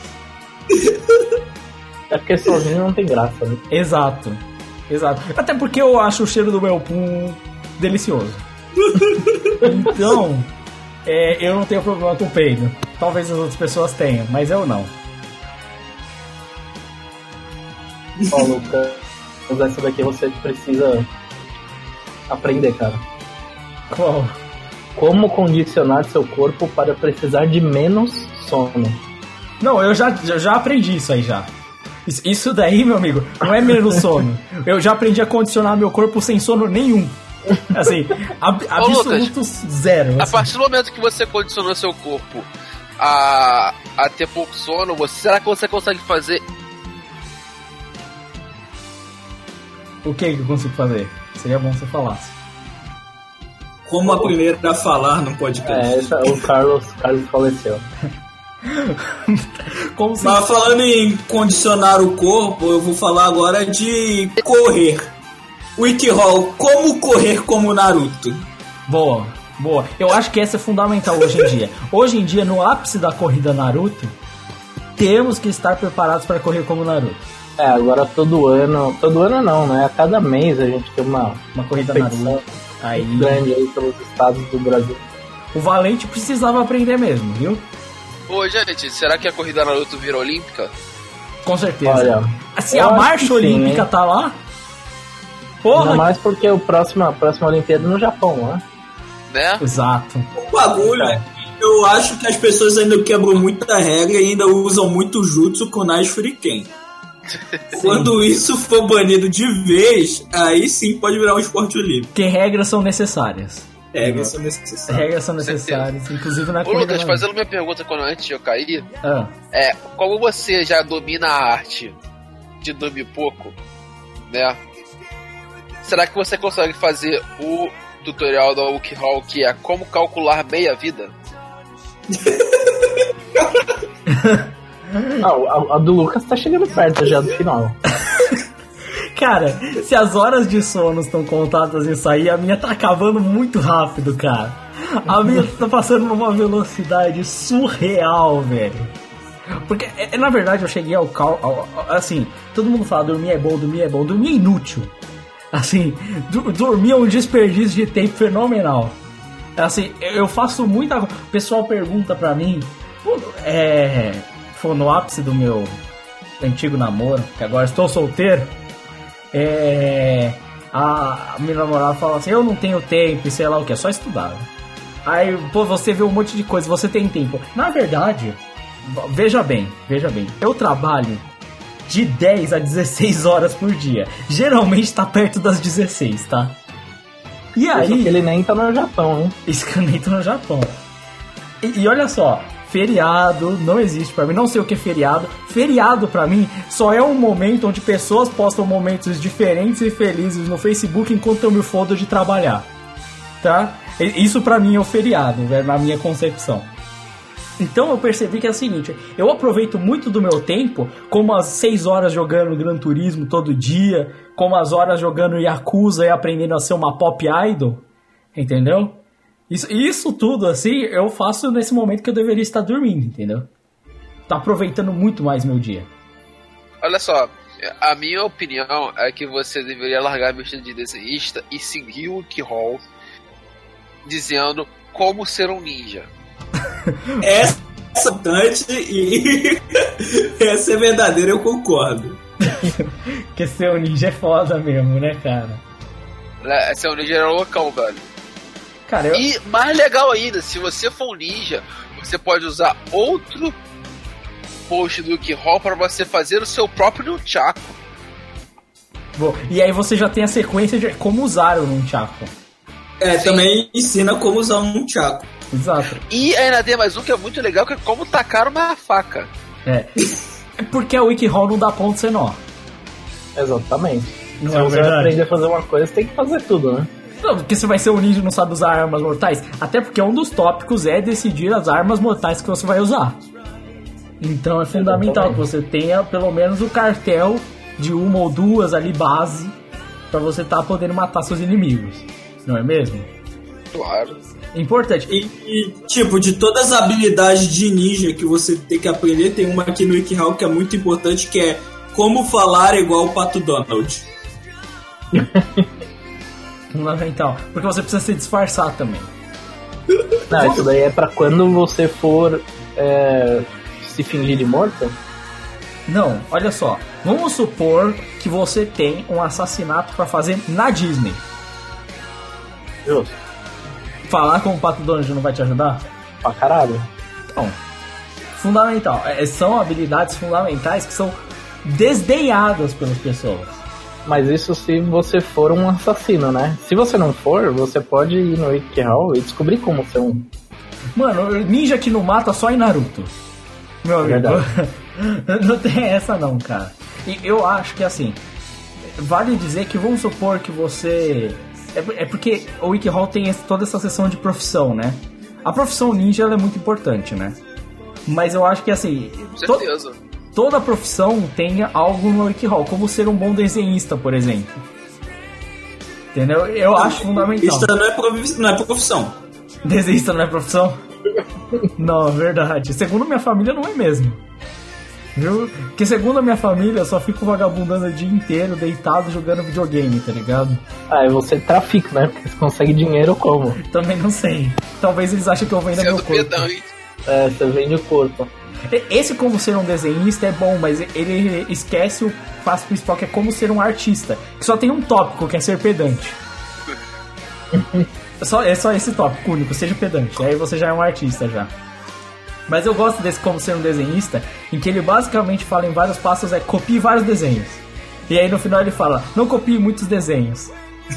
É porque sozinho não tem graça, né? Exato. Exato. Até porque eu acho o cheiro do meu pum delicioso. Então, é, eu não tenho problema com o peido. Talvez as outras pessoas tenham, mas eu não. Ó, Lucas, essa daqui você precisa aprender, cara. Qual? Como condicionar seu corpo para precisar de menos sono. Não, eu já, eu já aprendi isso aí já. Isso, isso daí, meu amigo, não é menos sono. Eu já aprendi a condicionar meu corpo sem sono nenhum. Assim, ab, Ô, absoluto zero. A assim. partir do momento que você condicionou seu corpo a, a ter pouco sono, você, será que você consegue fazer? O que que eu consigo fazer? Seria bom se você falasse. como a primeira a falar no podcast. É, essa, o Carlos, Carlos faleceu. Como se... Mas falando em condicionar o corpo, eu vou falar agora de correr. WikiHall, como correr como Naruto? Boa, boa. Eu acho que essa é fundamental hoje em dia. Hoje em dia, no ápice da corrida Naruto, temos que estar preparados para correr como Naruto. É, agora todo ano, todo ano não, né? A cada mês a gente tem uma, Uma corrida competição Naruto. Aí, grande aí pelos estados do Brasil. o Valente precisava aprender mesmo, viu? Ô, gente, será que a corrida Naruto vira olímpica? Com certeza. Olha, Se eu a acho marcha que olímpica sim, tá lá, Ainda porra! mais porque o próximo, a próxima Olimpíada é no Japão, né? Né? Exato. O bagulho é que eu acho que as pessoas ainda quebram muita regra e ainda usam muito jutsu, kunai e shuriken. Quando isso for banido de vez, aí sim pode virar um esporte olímpico. Porque regras são necessárias. Regras são necessárias. Regras são certeza. necessárias, inclusive na Ô, corrida Lucas, Naruto. fazendo minha pergunta quando antes de eu cair, Ah, é, como você já domina a arte de dormir pouco, né? Será que você consegue fazer o tutorial da WikiHall, que é como calcular meia vida? Ah, a, a do Lucas tá chegando perto já do final. cara, se as horas de sono estão contadas nisso aí, a minha tá acabando muito rápido, cara. A minha tá passando numa velocidade surreal, velho. Porque, é, na verdade, eu cheguei ao cálculo. Assim, todo mundo fala dormir é bom, dormir é bom, dormir é inútil. Assim, du- dormir é um desperdício de tempo fenomenal. Assim, eu faço muita. O pessoal pergunta pra mim, pô, é. Foi no ápice do meu antigo namoro, que agora estou solteiro. É. A minha namorada fala assim: eu não tenho tempo e sei lá o que, é só estudar. Aí, pô, você vê um monte de coisa, você tem tempo. Na verdade, veja bem, veja bem, eu trabalho de dez a dezesseis horas por dia. Geralmente tá perto das dezesseis, tá? E Só que aí, ele nem tá no Japão, hein? esse caneta no Japão. E, e olha só, feriado não existe pra mim, não sei o que é feriado. Feriado pra mim só é um momento onde pessoas postam momentos diferentes e felizes no Facebook enquanto eu me fodo de trabalhar, tá? E- Isso pra mim é o feriado, velho, na minha concepção. Então eu percebi que é o seguinte, eu aproveito muito do meu tempo, como as seis horas jogando Gran Turismo todo dia, como as horas jogando Yakuza e aprendendo a ser uma pop idol, entendeu? Isso, isso tudo, assim, eu faço nesse momento que eu deveria estar dormindo, entendeu? Tá aproveitando muito mais meu dia. Olha só, a minha opinião é que você deveria largar a mission de desenhista e seguir o WikiHall dizendo como ser um ninja. Essa é importante e essa é verdadeira, eu concordo. Porque ser um ninja é foda mesmo, né, cara? É, ser um ninja era loucão, velho. Cara, eu... E mais legal ainda, se você for um ninja, você pode usar outro post do WikiHall para você fazer o seu próprio nunchaku. Bom, e aí você já tem a sequência de como usar o nunchaku. É, Sim. também ensina como usar um nunchaku. Exato. E ainda tem mais um que é muito legal, que é como tacar uma faca. É. Porque a WikiHall não dá ponto sem nó. Exatamente. Não Se é você verdade? vai aprender a fazer uma coisa, você tem que fazer tudo, né? Não, porque você vai ser um ninja e não sabe usar armas mortais. Até porque um dos tópicos é decidir as armas mortais que você vai usar. Então é fundamental que você tenha pelo menos o cartel de uma ou duas ali base pra você estar podendo matar seus inimigos. Não é mesmo? Claro. Importante. E, e, tipo, de todas as habilidades de ninja que você tem que aprender, tem uma aqui no WikiHall que é muito importante, que é como falar igual o Pato Donald. Fundamental. Porque você precisa se disfarçar também. Não, isso daí é pra quando você for é, se fingir de morto. Não, olha só. Vamos supor que você tem um assassinato pra fazer na Disney. Justo. Falar com o Pato Donald não vai te ajudar? Pra caralho. Então, fundamental. É, são habilidades fundamentais que são desdenhadas pelas pessoas. Mas isso se você for um assassino, né? Se você não for, você pode ir no WikiHall e descobrir como ser um. Mano, ninja que não mata só em Naruto. Meu amigo. Verdade. Não tem essa não, cara. E eu acho que assim, vale dizer que vamos supor que você é, é porque o WikiHow tem esse, toda essa seção de profissão, né? A profissão ninja ela é muito importante, né? Mas eu acho que assim... Com certeza. To, toda profissão tem algo no WikiHow, como ser um bom desenhista, por exemplo. Entendeu? Eu acho fundamental. Isso não é, prof... não é profissão. Desenhista não é profissão? Não, é verdade. Segundo minha família, não é mesmo. Viu? Porque segundo a minha família, eu só fico vagabundando o dia inteiro, deitado, jogando videogame, tá ligado? Ah, e você trafica, né? Porque você consegue dinheiro como? Também não sei. Talvez eles achem que eu vendo meu corpo. Pedante. É, você vende o corpo. Esse como ser um desenhista é bom, mas ele esquece o passo principal, que é como ser um artista. Que só tem um tópico, que é ser pedante. é, só, é só esse tópico único, seja pedante. Aí você já é um artista já. Mas eu gosto desse como ser um desenhista, em que ele basicamente fala em vários passos, é copie vários desenhos. E aí no final ele fala, não copie muitos desenhos.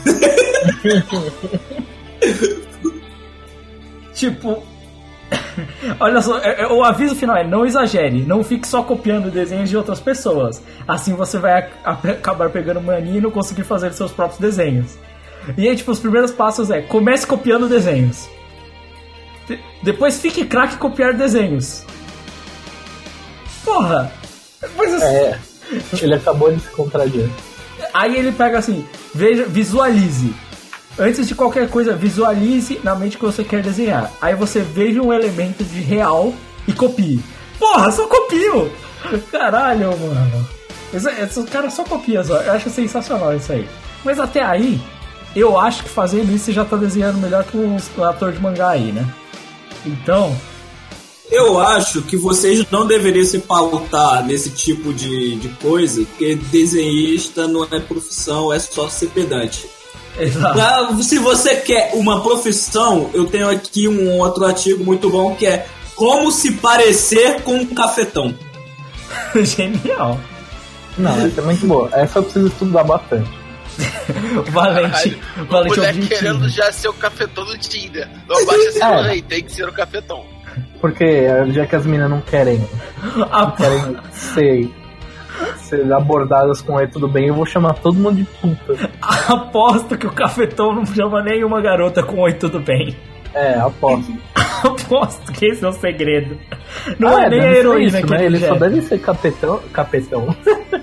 Tipo... Olha só, o aviso final é: não exagere, não fique só copiando desenhos de outras pessoas. Assim você vai acabar pegando mania e não conseguir fazer seus próprios desenhos. E aí, tipo, os primeiros passos é: comece copiando desenhos. Depois fique craque em copiar desenhos. Porra! Mas assim, é, ele acabou de se contradizer. Aí ele pega assim: veja, visualize. Antes de qualquer coisa, visualize na mente que você quer desenhar. Aí você veja um elemento de real e copie. Porra, só copio! Caralho, mano. Esse, esse cara só copia, só. Eu acho sensacional isso aí. Mas até aí, eu acho que fazendo isso você já tá desenhando melhor que um ator de mangá aí, né? Então... Eu acho que vocês não deveriam se pautar nesse tipo de, de coisa, porque desenhista não é profissão, é só ser pedante. Exato. Se você quer uma profissão, eu tenho aqui um outro artigo muito bom que é como se parecer com um cafetão. Genial. Não, essa é muito boa. Essa eu preciso estudar bastante. Valente, Caralho, valente mulher objetivo. querendo já ser o cafetão do Tinder. Não baixa assim, É. rei, tem que ser o cafetão. Porque já que as meninas não querem, Ah, não querem ser, ser abordadas com "Oi, tudo bem", eu vou chamar todo mundo de puta. aposto que o cafetão não chama nenhuma garota com oi, tudo bem. É, aposto. Aposto que esse é o segredo. Não Ah, é nem deve a ser heroína isso, que né? ele Ele só gera. deve ser capetão. Capetão.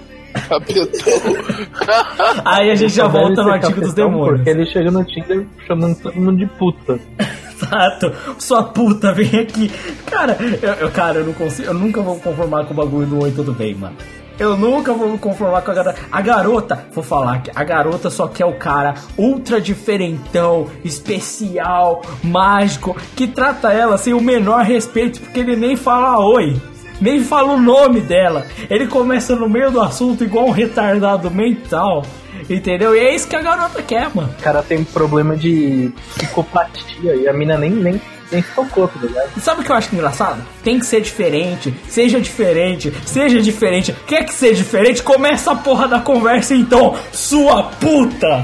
Cafetão. Aí a gente já Só deve volta no ser artigo dos capetão demônios. Porque ele chega no Tinder chamando todo mundo de puta. Exato. Sua puta, vem aqui. Cara, eu, eu- cara, eu não consigo. Eu nunca vou me conformar com o bagulho do oi, tudo bem, mano. Eu nunca vou me conformar com a garota. A garota, vou falar que a garota só quer o cara ultra diferentão, especial, mágico, que trata ela sem o menor respeito, porque ele nem fala oi, nem fala o nome dela. Ele começa no meio do assunto igual um retardado mental, entendeu? E é isso que a garota quer, mano. O cara tem problema de psicopatia e a mina nem, nem, nem se tocou, tá ligado? E sabe o que eu acho engraçado? Tem que ser diferente, seja diferente, seja diferente. Quer que seja diferente? Começa a porra da conversa então, sua puta!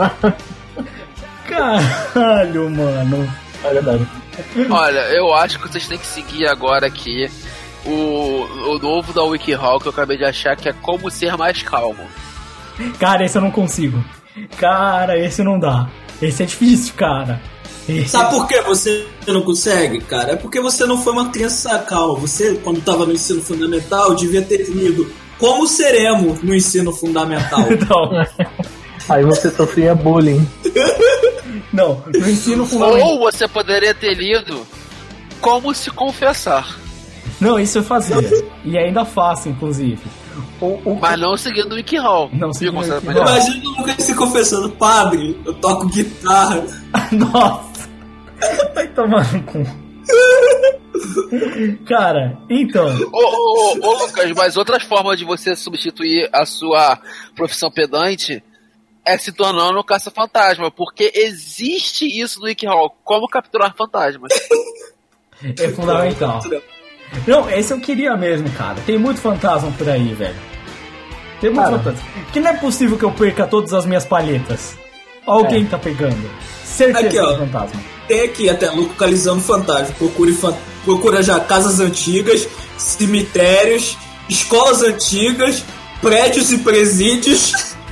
Caralho, mano. É verdade. Olha, eu acho que vocês têm que seguir agora aqui o, o novo da WikiHow que eu acabei de achar, que é como ser mais calmo. Cara, esse eu não consigo. Cara, esse não dá. Esse é difícil, cara. Esse... Sabe por que você não consegue, cara? É porque você não foi uma criança calma. Você, quando estava no ensino fundamental, devia ter lido Como Seremos no Ensino Fundamental. Não, Aí você sofria bullying. não. No ensino fundamental. Ou você poderia ter lido Como Se Confessar, Não, isso eu fazia. E ainda faço, inclusive. O, o... mas não seguindo o WikiHow. Não seguindo Viu como o você WikiHow. pode- Imagina o Lucas se confessando: padre, eu toco guitarra. Nossa! Vai tomar no cu. Cara, então. Ô, ô, ô, ô, Lucas, mas outras formas de você substituir a sua profissão pedante é se tornando um caça-fantasma, porque existe isso no WikiHow, como capturar fantasmas. É fundamental. Não, esse eu queria mesmo, cara. Tem muito fantasma por aí, velho. Tem muito Cara. fantasma. Que não é possível que eu perca todas as minhas palhetas. Alguém É. tá pegando. Certeza Aqui, que ó. é fantasma. Tem aqui até localizando fantasma. Procure fan... Procura já casas antigas, cemitérios, escolas antigas, prédios e presídios.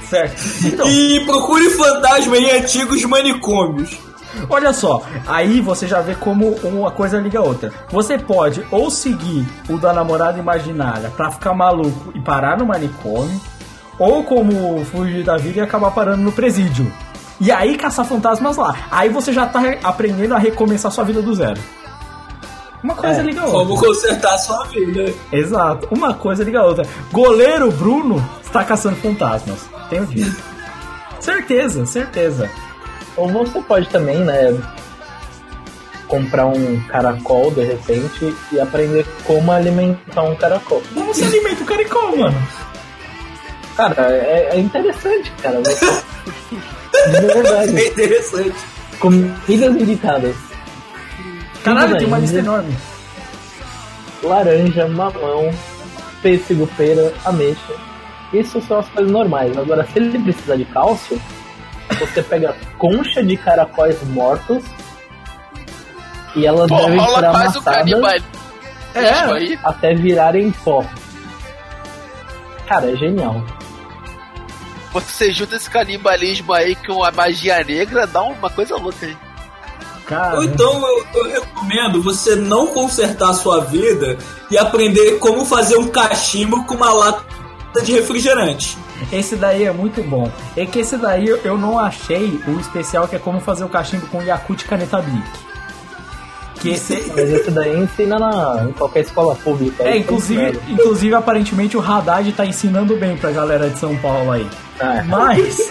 Certo. Então, E procure fantasma em antigos manicômios. olha só, aí você já vê como uma coisa liga a outra. Você pode ou seguir o da namorada imaginária pra ficar maluco e parar no manicômio, ou como fugir da vida e acabar parando no presídio. E aí caçar fantasmas lá. Aí você já tá aprendendo a recomeçar sua vida do zero. Uma coisa É, liga a outra. Como consertar a sua vida. Exato, uma coisa liga a outra. Goleiro Bruno está caçando fantasmas. Tenho dito. Certeza, certeza. Ou você pode também, né, comprar um caracol de repente e aprender como alimentar um caracol. Como você alimenta o caracol, mano? Cara, é, é interessante, cara. Você- De verdade. É interessante. Comidas indicadas. Caralho, Tudo tem uma bem, lista né? enorme. Laranja, mamão, pêssego, pera, ameixa. Isso são as coisas normais. Agora, se ele precisar de cálcio, você pega concha de caracóis mortos e elas Pô, devem ser rola mais um amassadas canibalismo É. aí. até virarem pó. Cara, é genial. Você junta esse canibalismo aí com a magia negra, dá uma coisa louca aí. Cara, Ou então eu, eu recomendo você não consertar a sua vida e aprender como fazer um cachimbo com uma lata de refrigerante. esse daí é muito bom. É que esse daí eu- eu não achei o especial que é como fazer o cachimbo com Yakult e caneta Bic. Que esse... Mas esse daí ensina na, em qualquer escola pública. É, Aí inclusive, tem inclusive, aparentemente o Haddad tá ensinando bem pra galera de São Paulo aí. Ah, Mas.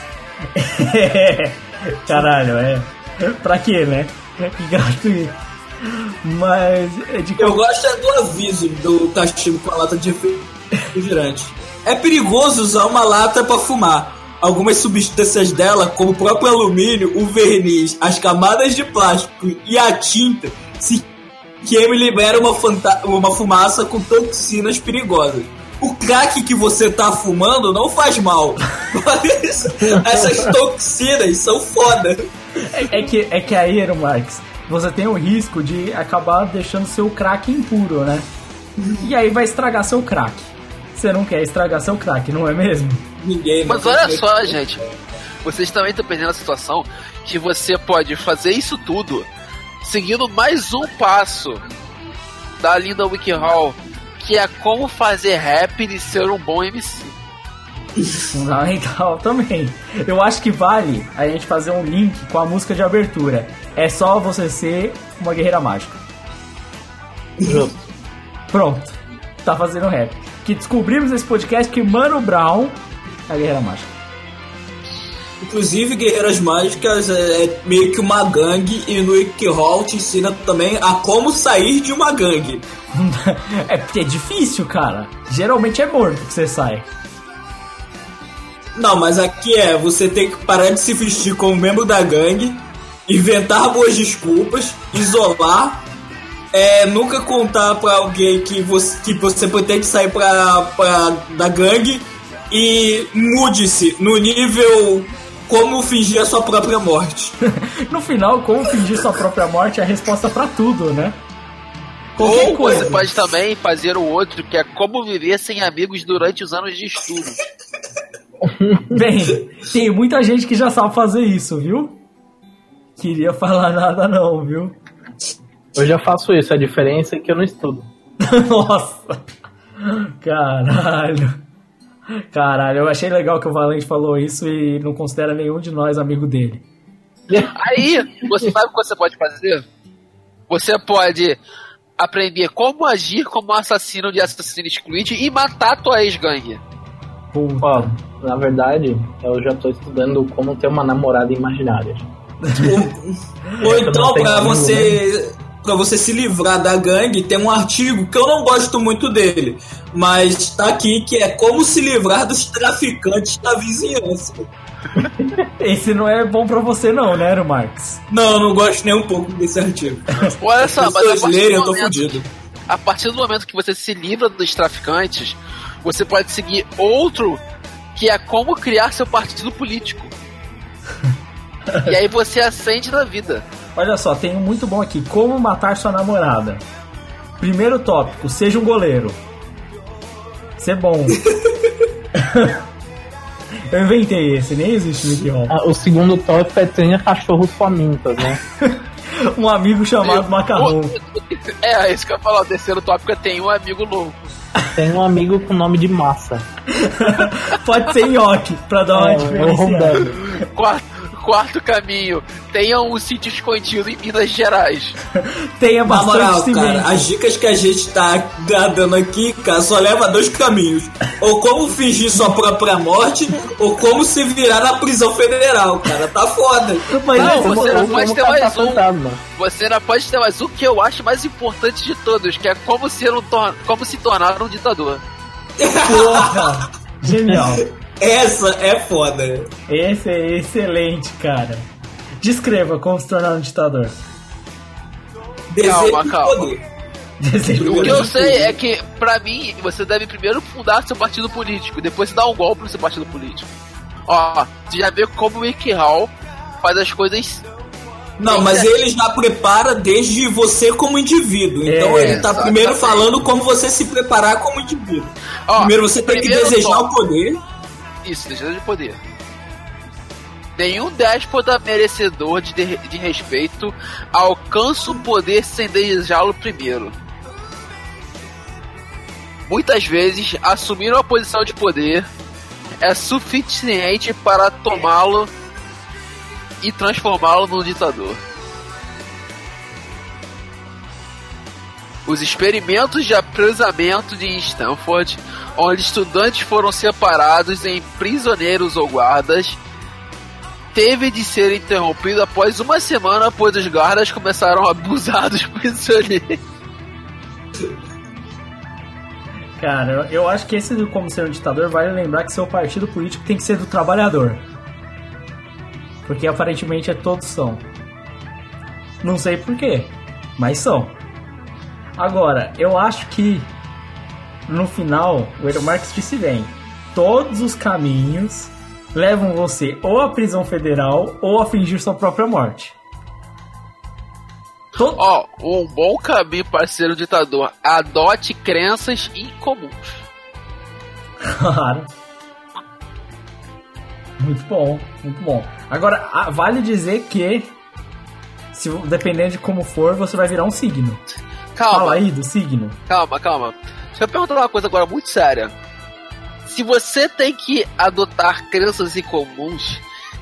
Caralho, é. Pra quê, né? Que gratuito. Mas. É de Eu gosto é do aviso do cachimbo com a lata de refrigerante. É perigoso usar uma lata para fumar. Algumas substâncias dela, como o próprio alumínio, o verniz, as camadas de plástico e a tinta, se queima e libera uma, fanta- uma fumaça com toxinas perigosas. O crack que você tá fumando não faz mal, mas essas toxinas são foda. É, é que, é que aí, Eero Marx, você tem o risco de acabar deixando seu crack impuro, né? E aí vai estragar seu crack. Você não quer estragar seu crack, não é mesmo? Ninguém. Mas não olha consegue. só, gente. Vocês também estão perdendo a situação que você pode fazer isso tudo seguindo mais um passo da linda WikiHow, que é como fazer rap e ser um bom M C. Fundamental também. Eu acho que vale a gente fazer um link com a música de abertura. É só você ser uma guerreira mágica. justo. Pronto. Tá fazendo rap. Que descobrimos nesse podcast que Mano Brown é a guerreira mágica. Inclusive, Guerreiras Mágicas é, é meio que uma gangue, e no WikiHow te ensina também a como sair de uma gangue. É porque é difícil, cara. Geralmente é morto que você sai. Não, mas aqui é, você tem que parar de se vestir como membro da gangue, inventar boas desculpas, isolar, é, nunca contar pra alguém que você, que você pretende sair pra, pra, da gangue, e mude-se no nível como fingir a sua própria morte. No final, como fingir sua própria morte é a resposta pra tudo, né? Qualquer Ou coisa. você pode também fazer o outro, que é como viver sem amigos durante os anos de estudo. Bem, tem muita gente que já sabe fazer isso, viu? Queria falar nada não, viu? Eu já faço isso, a diferença é que eu não estudo. Nossa! Caralho! Caralho, eu achei legal que o Valente falou isso e não considera nenhum de nós amigo dele. Aí, você sabe o que você pode fazer? Você pode aprender como agir como assassino de Assassin's Creed e matar a tua ex-gangue. Puta. Ó, na verdade, eu já tô estudando como ter uma namorada imaginária. Ou Eu não então, tenho pra amigo, você, pra você se livrar da gangue, tem um artigo que eu não gosto muito dele, mas tá aqui, que é como se livrar dos traficantes da vizinhança. Esse não é bom pra você não, né, Eero Marx? Não, eu não gosto nem um pouco desse artigo. Olha só, Se mas a vocês partir, lerem, do eu tô momento, fudido. a partir do momento que você se livra dos traficantes, você pode seguir outro, que é como criar seu partido político. E aí você acende na vida. Olha só, tem um muito bom aqui. Como matar sua namorada. Primeiro tópico, seja um goleiro. Ser bom. Eu inventei esse, nem existe Mickey Hall. Ah, o segundo tópico é tenha cachorros famintos, né? Um amigo chamado Macarrão. É, isso que eu ia falar. O terceiro tópico é tem um amigo louco. Tem um amigo com nome de massa. Pode ser nhoque, pra dar uma É, diferenciada. Quarto, quarto caminho. Tenha um sítio escondido em Minas Gerais. Tenha Na bastante moral, cimento. cara, as dicas que a gente tá dando aqui, cara, só leva a dois caminhos. Ou como fingir sua própria morte, ou como se virar na prisão federal, cara. Tá foda. Mas Não, esse- você não pode ter caçar mais um. fantasma. Você ainda pode ter mais um que eu acho mais importante de todos, que é como, ser um tor- como se tornar um ditador. porra, genial. Essa é foda. Esse é excelente, cara. Descreva como se tornar um ditador. Desejo Calma, de calma. poder. O que eu sei é que, pra mim, você deve primeiro fundar seu partido político, depois você dá um golpe no seu partido político. Ó, você já vê como o Mickey Hall faz as coisas. Não, mas ele já prepara desde você como indivíduo. Então É, ele tá exatamente. primeiro falando como você se preparar como indivíduo. Ó, Primeiro você tem que primeiro desejar tópico. o poder. Isso, desejo de poder. Nenhum déspota merecedor de, de, de respeito alcança o poder sem desejá-lo primeiro. Muitas vezes, assumir uma posição de poder é suficiente para tomá-lo e transformá-lo num ditador. Os experimentos de aprisionamento de Stanford, onde estudantes foram separados em prisioneiros ou guardas, teve de ser interrompido após uma semana, pois os guardas começaram a abusar dos prisioneiros. Cara, eu, eu acho que esse do como ser um ditador vale lembrar que seu partido político tem que ser do trabalhador. Porque aparentemente é todos são. Não sei porquê, mas são. Agora, eu acho que no final, o Eero Marx disse bem: todos os caminhos levam você ou à prisão federal ou a fingir sua própria morte. To- Ó, um bom caminho para ser um ditador: adote crenças incomuns. Claro. Muito bom, muito bom. Agora, ah, vale dizer que, se, dependendo de como for, você vai virar um signo. Fala Calma, aí do signo. calma, calma. Deixa eu perguntar uma coisa agora muito séria. Se você tem que adotar crenças incomuns,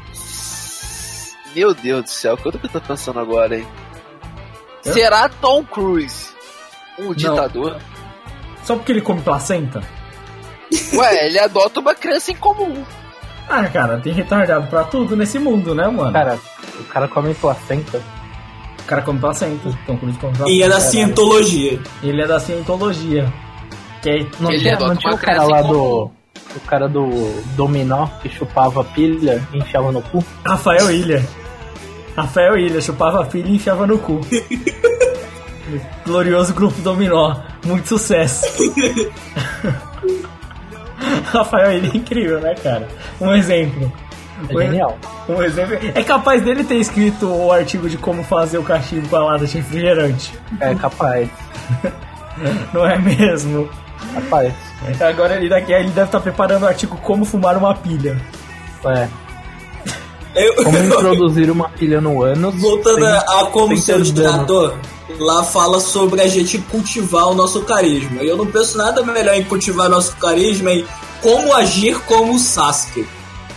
meu Deus do céu, o que eu tô pensando agora, hein? Eu? Será Tom Cruise um ditador? Só porque ele come placenta? Ué, ele adota uma crença incomum. Ah, cara, tem retardado pra tudo nesse mundo, né, mano? Cara, o cara come placenta. O cara come placenta. Tom Cruise come placenta. E é da Caralho. cientologia. Ele é da cientologia. Que é... Não Ele tinha, adota não tinha uma o cara crença lá incomum. do. O cara do dominó que chupava pilha e enfiava no cu? Rafael Ilha. Rafael Ilha chupava a filha e enfiava no cu. Glorioso grupo Dominó. Muito sucesso. Rafael Ilha é incrível, né, cara? Um exemplo. É genial. Um exemplo. É capaz dele ter escrito o artigo de como fazer o cachimbo com a lata de refrigerante. É capaz. Não é mesmo? Capaz. Agora ele daqui ele deve estar preparando o artigo como fumar uma pilha. É. Eu, Como introduzir uma pilha no ânus. voltando sem- a, a como sem ser ter um dano. ditador, lá fala sobre a gente cultivar o nosso carisma. E eu não penso nada melhor em cultivar nosso carisma em como agir como o Sasuke.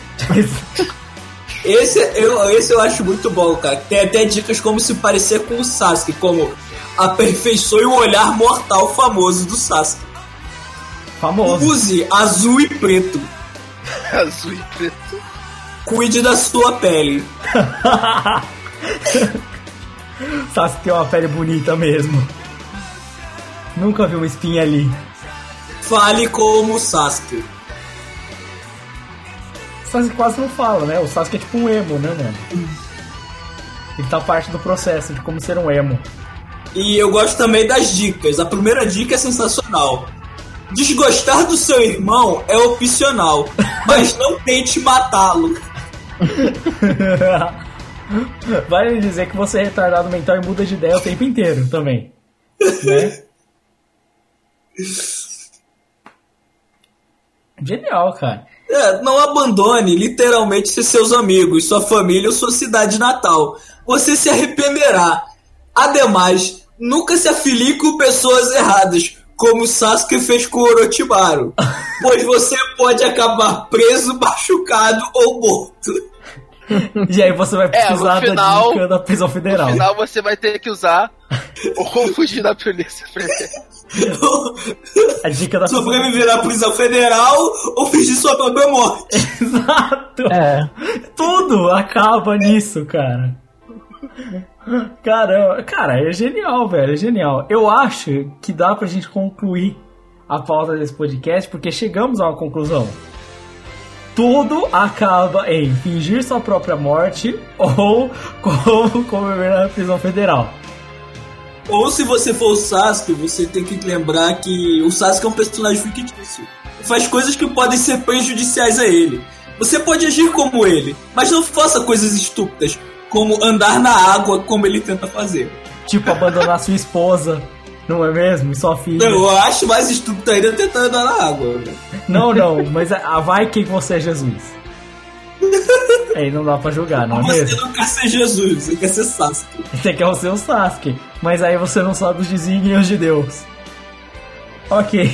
Esse eu, esse eu acho muito bom, cara. Tem até dicas como se parecer com o Sasuke, como aperfeiçoe o olhar mortal famoso do Sasuke. Famoso. Use azul e preto. Azul e preto. Cuide da sua pele. Sasuke tem uma pele bonita mesmo. Nunca vi uma espinha ali. Fale como o Sasuke. Sasuke quase não fala, né? O Sasuke é tipo um emo, né, mano? Ele tá parte do processo de como ser um emo. E eu gosto também das dicas. A primeira dica é sensacional. Desgostar do seu irmão é opcional, mas não tente matá-lo. Vale dizer que você é retardado mental e muda de ideia o tempo inteiro também. Né? Genial, cara. É, não abandone literalmente seus amigos, sua família ou sua cidade natal. Você se arrependerá. Ademais, nunca se afilie com pessoas erradas, como Sasuke fez com Orochimaru, pois você pode acabar preso, machucado ou morto. E aí você vai precisar é, no final, da dica da prisão federal. No final você vai ter que usar ou fugir da polícia. A dica da sobreviver à prisão federal ou fingir sua própria morte. Exato. É. Tudo acaba nisso, cara. Caramba, cara, é genial, velho, é genial. Eu acho que dá pra gente concluir a pauta desse podcast, porque chegamos a uma conclusão. Tudo acaba em fingir sua própria morte ou como conviver na prisão federal. Ou se você for o Sasuke, você tem que lembrar que o Sasuke é um personagem fictício. Faz coisas que podem ser prejudiciais a ele. Você pode agir como ele, mas não faça coisas estúpidas, como andar na água como ele tenta fazer. Tipo abandonar sua esposa, não é mesmo? E sua filha. Eu acho mais estúpido ainda tentar andar na água. Né? Não, não, mas a, vai que você é Jesus. Aí não dá pra julgar, não é você mesmo? Você não quer ser Jesus, você quer ser Sasuke. Você quer ser o Sasuke, mas aí você não sabe os desígnios de Deus. Ok.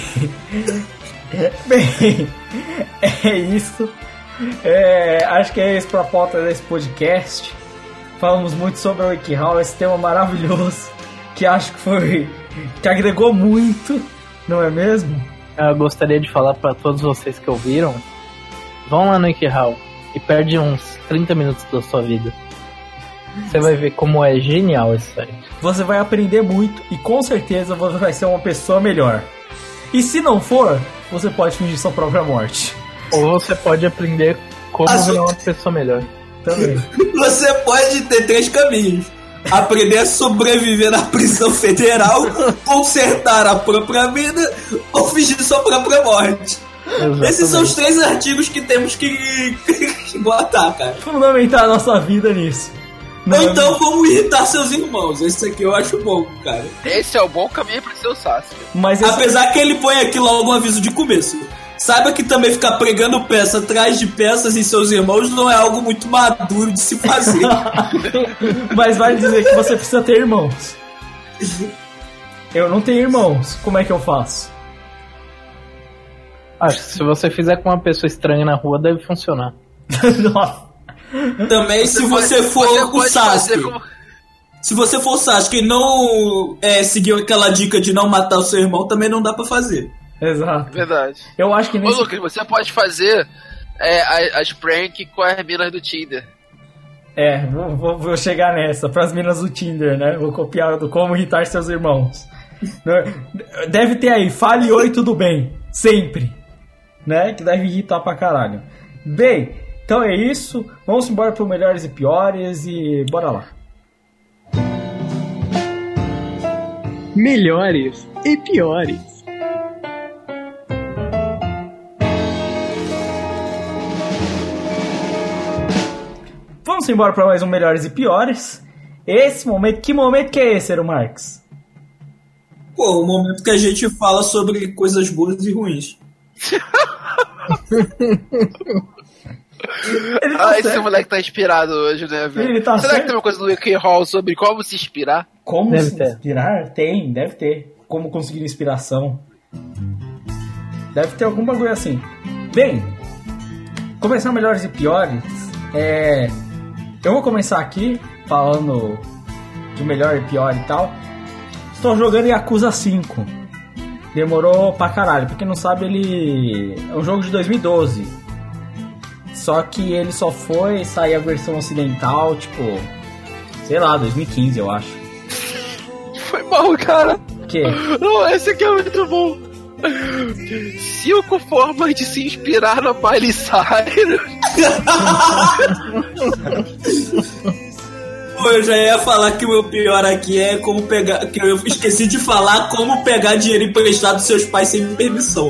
Bem, é isso. É, acho que é isso pra pauta desse podcast. Falamos muito sobre o WikiHow, esse tema maravilhoso, que acho que foi, que agregou muito, não é mesmo? Eu gostaria de falar pra todos vocês que ouviram, vão lá no WikiHow e perde uns trinta minutos da sua vida. Você vai ver como é genial esse site. Você vai aprender muito e com certeza você vai ser uma pessoa melhor. E se não for, você pode fingir sua própria morte. Ou você pode aprender como A virar sua... uma pessoa melhor. Também. Você pode ter três caminhos: aprender a sobreviver na prisão federal, consertar a própria vida ou fingir sua própria morte. Exatamente. Esses são os três artigos que temos que botar, cara. Fundamentar a nossa vida nisso. Ou então como irritar seus irmãos. Esse aqui eu acho bom, cara. Esse é o bom caminho pra ser o Sasuke. Mas esse... Apesar que ele põe aqui logo um aviso de começo. Saiba que também ficar pregando peça atrás de peças em seus irmãos não é algo muito maduro de se fazer. Mas vai dizer que você precisa ter irmãos. Eu não tenho irmãos. Como é que eu faço? Acho que se você fizer com uma pessoa estranha na rua, deve funcionar. Nossa. Também você se você pode, for você o Sasuke. Como... Se você for o Sasuke e não é, seguir aquela dica de não matar o seu irmão, também não dá pra fazer. Exato. Verdade. Eu acho que nesse... Ô, Lucas, você pode fazer é, as prank com as minas do Tinder. É, vou, vou, vou chegar nessa, pras minas do Tinder, né? Vou copiar do como irritar seus irmãos. Deve ter aí, fale oi, tudo bem. Sempre. Né? Que deve irritar pra caralho. Bem, então é isso. Vamos embora pro melhores e piores e bora lá. Melhores e piores. Vamos embora para mais um Melhores e Piores. Esse momento, que momento que é esse, Ero Marques? Pô, o momento que a gente fala sobre coisas boas e ruins. Ele tá ah, certo. Esse moleque tá inspirado hoje, né, velho? Ele tá Será certo. que tem uma coisa do WikiHow sobre como se inspirar? Como Deve se ter. inspirar? Tem, deve ter. Como conseguir inspiração. Deve ter algum bagulho assim. Bem, começando Melhores e Piores, é... eu vou começar aqui falando de melhor e pior e tal. Estou jogando Yakuza cinco. Demorou pra caralho. Pra quem não sabe, ele é um jogo de dois mil e doze. Só que ele só foi sair a versão ocidental, tipo, sei lá, dois mil e quinze, eu acho. Foi mal, cara. O quê? Não, esse aqui é muito bom. Cinco formas de se inspirar na Miley Cyrus. Pô, eu já ia falar que o meu pior aqui é como pegar... Que eu esqueci de falar como pegar dinheiro emprestado dos seus pais sem permissão.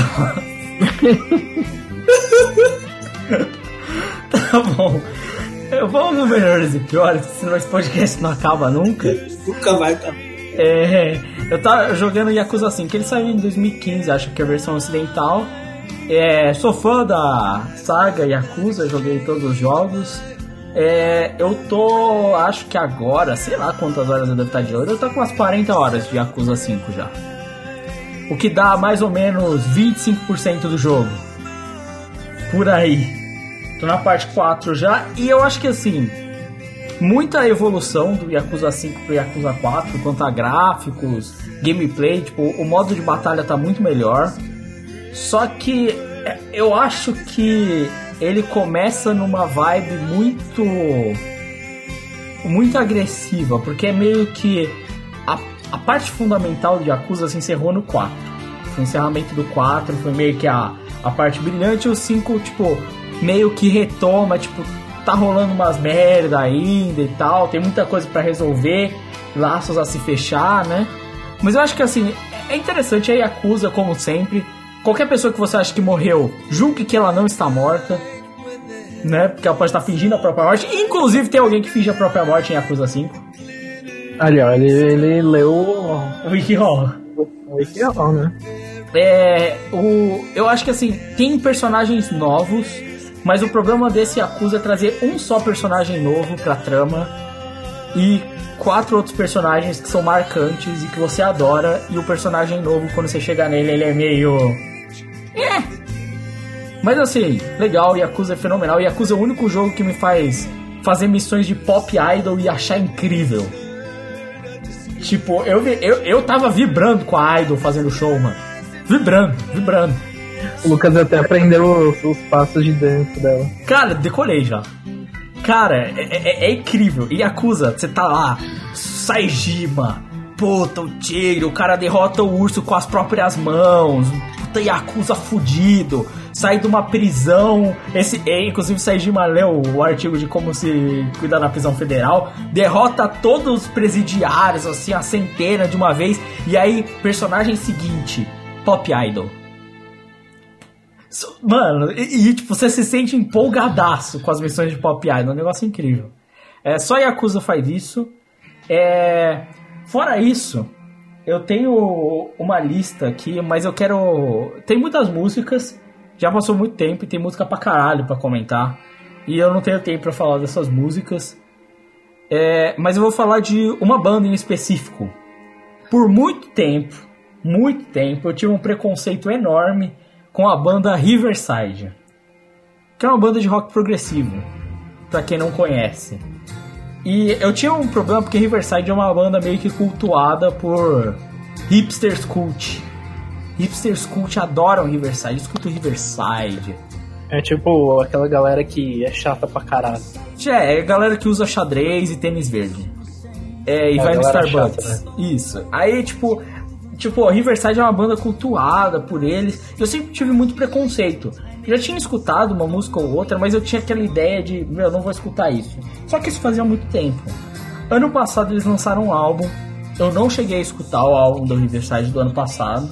Tá bom. Vamos no melhores e piores, senão esse podcast não acaba nunca. Nunca vai acabar. É, eu tava jogando Yakuza cinco, que ele saiu em dois mil e quinze, acho que é a versão ocidental. É, sou fã da saga Yakuza, joguei todos os jogos. É, eu tô, acho que agora, sei lá quantas horas eu devo estar de jogo, eu tô com umas quarenta horas de Yakuza cinco já. O que dá mais ou menos vinte e cinco por cento do jogo. Por aí. Tô na parte quatro já, e eu acho que assim, muita evolução do Yakuza cinco pro Yakuza quatro, quanto a gráficos, gameplay, tipo, o modo de batalha tá muito melhor. Só que eu acho que ele começa numa vibe muito muito agressiva, porque é meio que a, a parte fundamental de Yakuza se encerrou no quatro. O encerramento do quatro foi meio que a, a parte brilhante, e o cinco, tipo, meio que retoma, tipo, tá rolando umas merda ainda e tal, tem muita coisa pra resolver, laços a se fechar, né? Mas eu acho que, assim, é interessante, a Yakuza, como sempre, qualquer pessoa que você acha que morreu, julgue que ela não está morta, né? Porque ela pode estar fingindo a própria morte. Inclusive, tem alguém que finge a própria morte em Yakuza cinco. Ali, ó, ele, ele leu o Wikihall. O Wikihall, né? É, o, eu acho que, assim, tem personagens novos, mas o problema desse Yakuza é trazer um só personagem novo pra trama e quatro outros personagens que são marcantes e que você adora, e o personagem novo, quando você chega nele, ele é meio... É. Mas assim, legal, Yakuza é fenomenal. Yakuza é o único jogo que me faz fazer missões de pop idol e achar incrível. Tipo, eu, eu, eu tava vibrando com a idol fazendo show, mano. Vibrando, vibrando. O Lucas até aprendeu os, os passos de dança dela. Cara, decolei já. Cara, é, é, é incrível. E Yakuza, você tá lá, Saejima, puta, o tigre, o cara derrota o urso com as próprias mãos, puta Yakuza fudido, sai de uma prisão, esse, é, inclusive Saejima leu o artigo de como se cuidar na prisão federal, derrota todos os presidiários, assim, a centena de uma vez, e aí, personagem seguinte, Pop Idol. Mano, e, e tipo, você se sente empolgadaço com as missões de Pop Idol, é um negócio incrível. É, só Yakuza faz isso. É, fora isso, eu tenho uma lista aqui, mas eu quero... Tem muitas músicas, já passou muito tempo e tem música pra caralho pra comentar. E eu não tenho tempo pra falar dessas músicas. É, mas eu vou falar de uma banda em específico. Por muito tempo, muito tempo, eu tive um preconceito enorme com a banda Riverside, que é uma banda de rock progressivo, pra quem não conhece. E eu tinha um problema porque Riverside é uma banda meio que cultuada por hipsters cult. Hipsters cult adoram Riverside, escutam Riverside. É tipo aquela galera que é chata pra caralho. É, é a galera que usa xadrez e tênis verde. É, e é, vai no Starbucks. Chata, né? Isso. Aí, tipo... Tipo, a Riverside é uma banda cultuada por eles. Eu sempre tive muito preconceito. Já tinha escutado uma música ou outra, mas eu tinha aquela ideia de, meu, não vou escutar isso. Só que isso fazia muito tempo. Ano passado eles lançaram um álbum. Eu não cheguei a escutar o álbum da Riverside do ano passado.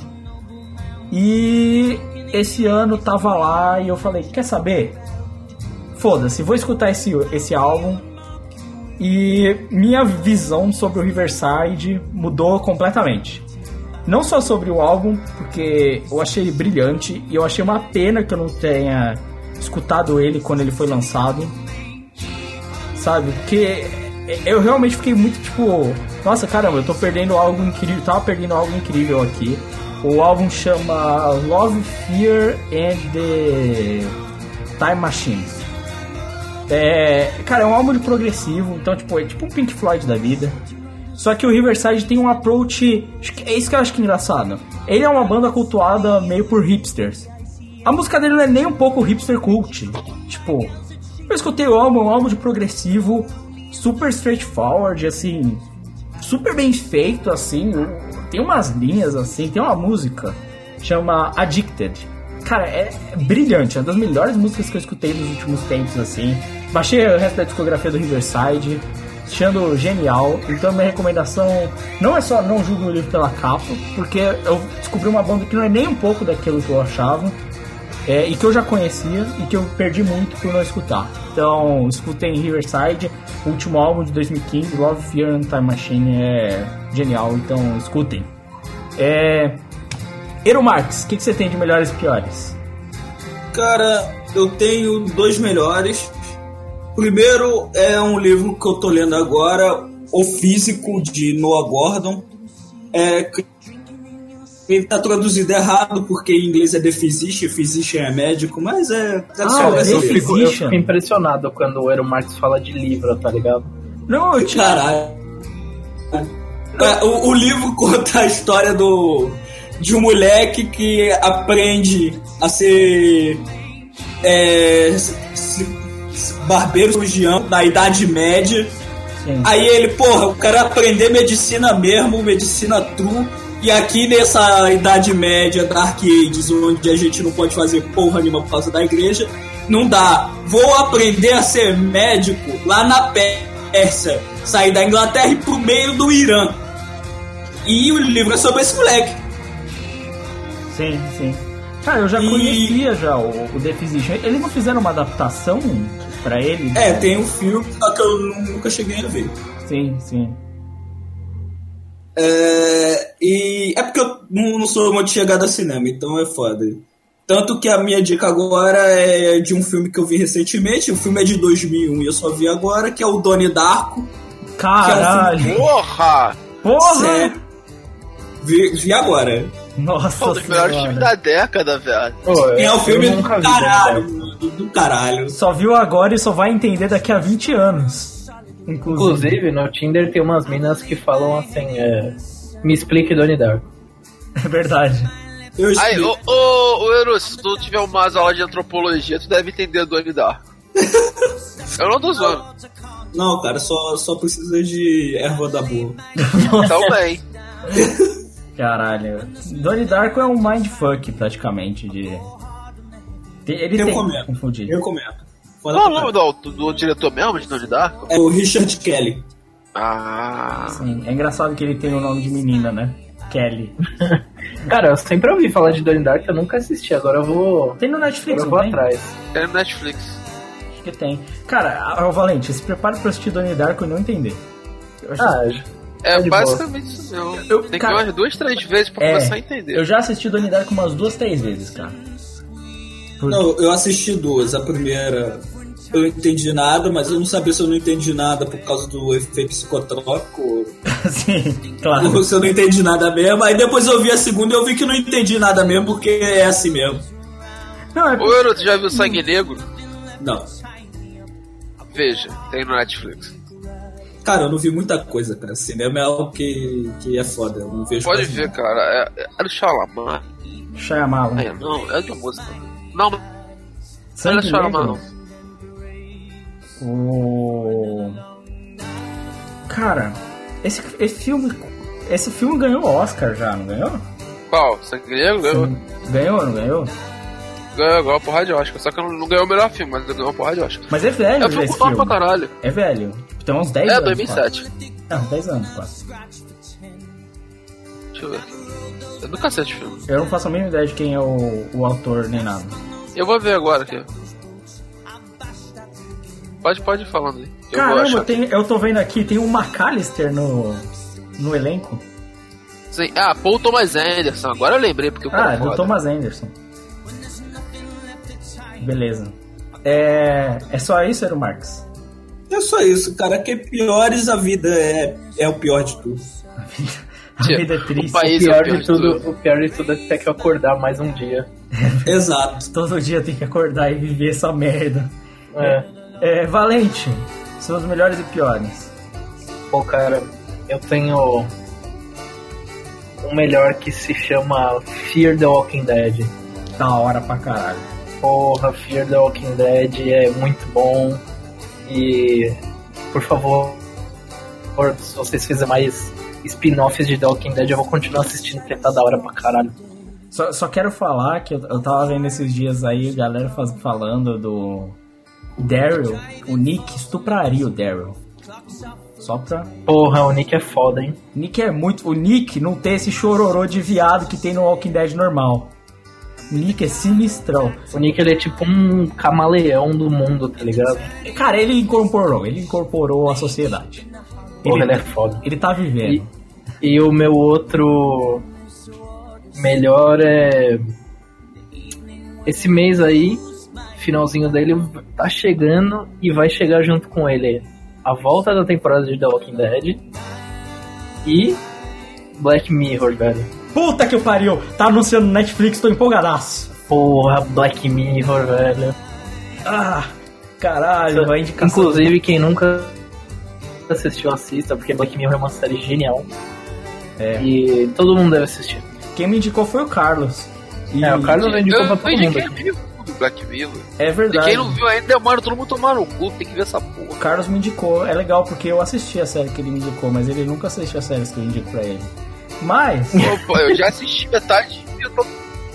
E esse ano tava lá e eu falei, quer saber? Foda-se, vou escutar esse, esse álbum. E minha visão sobre o Riverside mudou completamente. Não só sobre o álbum, porque eu achei ele brilhante e eu achei uma pena que eu não tenha escutado ele quando ele foi lançado, sabe? Porque eu realmente fiquei muito tipo, nossa, caramba, eu tô perdendo algo incrível, tava perdendo algo incrível aqui. O álbum chama Love, Fear and the Time Machine. É, cara, é um álbum de progressivo, então tipo, é tipo um Pink Floyd da vida. Só que o Riverside tem um approach... É isso que eu acho que é engraçado. Ele é uma banda cultuada meio por hipsters. A música dele não é nem um pouco hipster cult. Tipo, eu escutei o álbum, um álbum de progressivo, super straightforward, assim, super bem feito, assim. Tem umas linhas, assim, tem uma música, chama Addicted. Cara, é brilhante, é uma das melhores músicas que eu escutei nos últimos tempos, assim. Baixei o resto da discografia do Riverside, achando genial. Então minha recomendação não é só não julgue o livro pela capa, porque eu descobri uma banda que não é nem um pouco daquilo que eu achava, é, e que eu já conhecia e que eu perdi muito por não escutar. Então escutem Riverside, o último álbum de dois mil e quinze, Love, Fear and Time Machine, é genial, então escutem. é... Eero Marques, o que, que você tem de melhores e piores? Cara, eu tenho dois melhores. Primeiro é um livro que eu tô lendo agora, O Físico, de Noah Gordon. É, ele tá traduzido errado, porque em inglês é The Physician, Physician é médico, mas é... é só Ah, essa Eu The mesmo. fico, eu Physician. fico impressionado quando o Eero Marx fala de livro, tá ligado? Não, eu tinha... Caralho. É, O, o livro conta a história do, de um moleque que aprende a ser é, se- se- barbeiro cirurgião na Idade Média. Sim. Aí ele, porra, eu quero aprender medicina mesmo, medicina true. E aqui nessa Idade Média, Dark Ages, onde a gente não pode fazer porra nenhuma por causa da igreja, não dá. Vou aprender a ser médico lá na Pérsia. Sair da Inglaterra e pro meio do Irã. E o livro é sobre esse moleque. Sim, sim. Cara, eu já E- conhecia já o, o The Physician. Eles não fizeram uma adaptação pra ele? É, tem um filme, só que eu nunca cheguei a ver. Sim, sim. É, e é porque eu não, não sou muito chegado a cinema, então é foda. Tanto que a minha dica agora é de um filme que eu vi recentemente. O filme é de dois mil e um e eu só vi agora, que é o Donnie Darko. Caralho! Porra! Porra! É, vi, vi agora. Nossa Um dos melhores filmes senhora. da década, velho. Pô, É eu- um filme eu do nunca vi caralho, Donnie Darko. mano, do caralho. Só viu agora e só vai entender daqui a vinte anos. Inclusive. Inclusive, no Tinder tem umas minas que falam assim, é, me explique Donnie Darko. É verdade. Eu Aí, explico. ô, ô, ô Eros, se tu tiver umas aulas de antropologia, tu deve entender Donnie Darko. Eu não tô zoando. Não, cara, só, só precisa de erva da boa. Então bem. Caralho. Donnie Darko é um mindfuck, praticamente. De... Tem- Ele Eu tem comento. confundido. Eu comento. Foda Qual é o pra nome caralho. do, do, do diretor mesmo de Donnie Darko? É o Richard Kelly. Ah. Sim, é engraçado que ele tem o nome de menina, né? Kelly. Cara, eu sempre ouvi falar de Donnie Darko, eu nunca assisti, agora eu vou, Tem no Netflix, agora eu não vou tem? atrás. É no Netflix. Acho que tem. Cara, ô, Valente, se prepara pra assistir Donnie Darko e não entender. Eu acho- Ah, É de basicamente isso mesmo. Eu- Tem cara- que ver umas duas, três vezes pra É, começar a entender. eu já assisti Donnie Darko umas duas, três vezes, cara. Por- Não, eu assisti duas. A primeira eu não entendi nada, mas eu não sabia se eu não entendi nada por causa do efeito psicotrópico Sim, claro. ou se eu não entendi nada mesmo. Aí depois eu vi a segunda e eu vi que não entendi nada mesmo, porque é assim mesmo. Não, é Ô Eros, tu já viu Sangue Negro? Não. Veja, tem no Netflix. Cara, eu não vi muita coisa, cara. Cinema é algo que, que é foda. Eu não vejo Pode quase ver, nada. cara. É, é do Shyamalan. Shyamalan. É, não, é de uma música. Não, não é Sangue Shyamalan. Negro. O... Cara, esse, esse filme... Esse filme ganhou Oscar já, não ganhou? Qual? Sangue Negro? Ganhou, Ganhou, não ganhou? ganhou, ganhou uma porrada de Oscar. Só que não, não ganhou o melhor filme, mas ganhou uma porrada de Oscar. Mas é velho É já filme esse com nome filme. pra caralho. É velho. Tem uns dez É, anos. dois mil e sete. quase. É, uns dez anos quase. Deixa eu ver aqui. É do cacete o filme. Eu não faço a mínima ideia de quem é o, o autor nem nada. Eu vou ver agora aqui. Pode, pode ir falando aí. Eu vou Caramba, achar. tem, eu tô vendo aqui, tem um McAllister no, no elenco. Sim. Ah, Paul Thomas Anderson. Agora eu lembrei porque o cara Ah, é é do foda. Thomas Anderson. Beleza. É, é só isso, Eero Marx? É só isso, cara. Que piores a vida é, é o pior de tudo. A Tia, vida é o triste. O país- Esse é pior, o pior de de tudo, tudo. o pior de tudo é ter que acordar mais um dia. Exato. Todo dia tem que acordar e viver essa merda. É. É, Valente, são os melhores e piores. Pô, cara, eu tenho um melhor que se chama Fear the Walking Dead. Da hora pra caralho. Porra, Fear the Walking Dead é muito bom. E, por favor, se vocês fizerem mais spin-offs de The Walking Dead, eu vou continuar assistindo porque tá da hora pra caralho. Só, só quero falar que eu, eu tava vendo esses dias aí, a galera faz, falando do Daryl. O Nick estupraria o Daryl. Só pra... Porra, o Nick é foda, hein? Nick é muito... O Nick não tem esse chororô de viado que tem no Walking Dead normal. O Nick é sinistrão. O Nick, ele é tipo um camaleão do mundo, tá ligado? Cara, ele incorporou. Ele incorporou a sociedade. Porra, ele é foda. Ele tá vivendo. E, e o meu outro melhor é esse mês aí, finalzinho dele, tá chegando e vai chegar junto com ele a volta da temporada de The Walking Dead e Black Mirror, velho. Puta que pariu! Tá anunciando no Netflix, tô empolgadaço. Porra, Black Mirror, velho. Ah, caralho, vai indicar. Inclusive, quem nunca assistiu, assista, porque Black Mirror é uma série genial. É. E todo mundo deve assistir. Quem me indicou foi o Carlos. E... É, o Carlos me indicou pra todo mundo. Quem viu do Black Mirror? É verdade. E quem não viu ainda, demora todo mundo tomar no cu, tem que ver essa porra. O Carlos me indicou, é legal porque eu assisti a série que ele me indicou, mas ele nunca assistiu as séries que eu indico pra ele. Mas... Opa, eu já assisti metade e eu tô...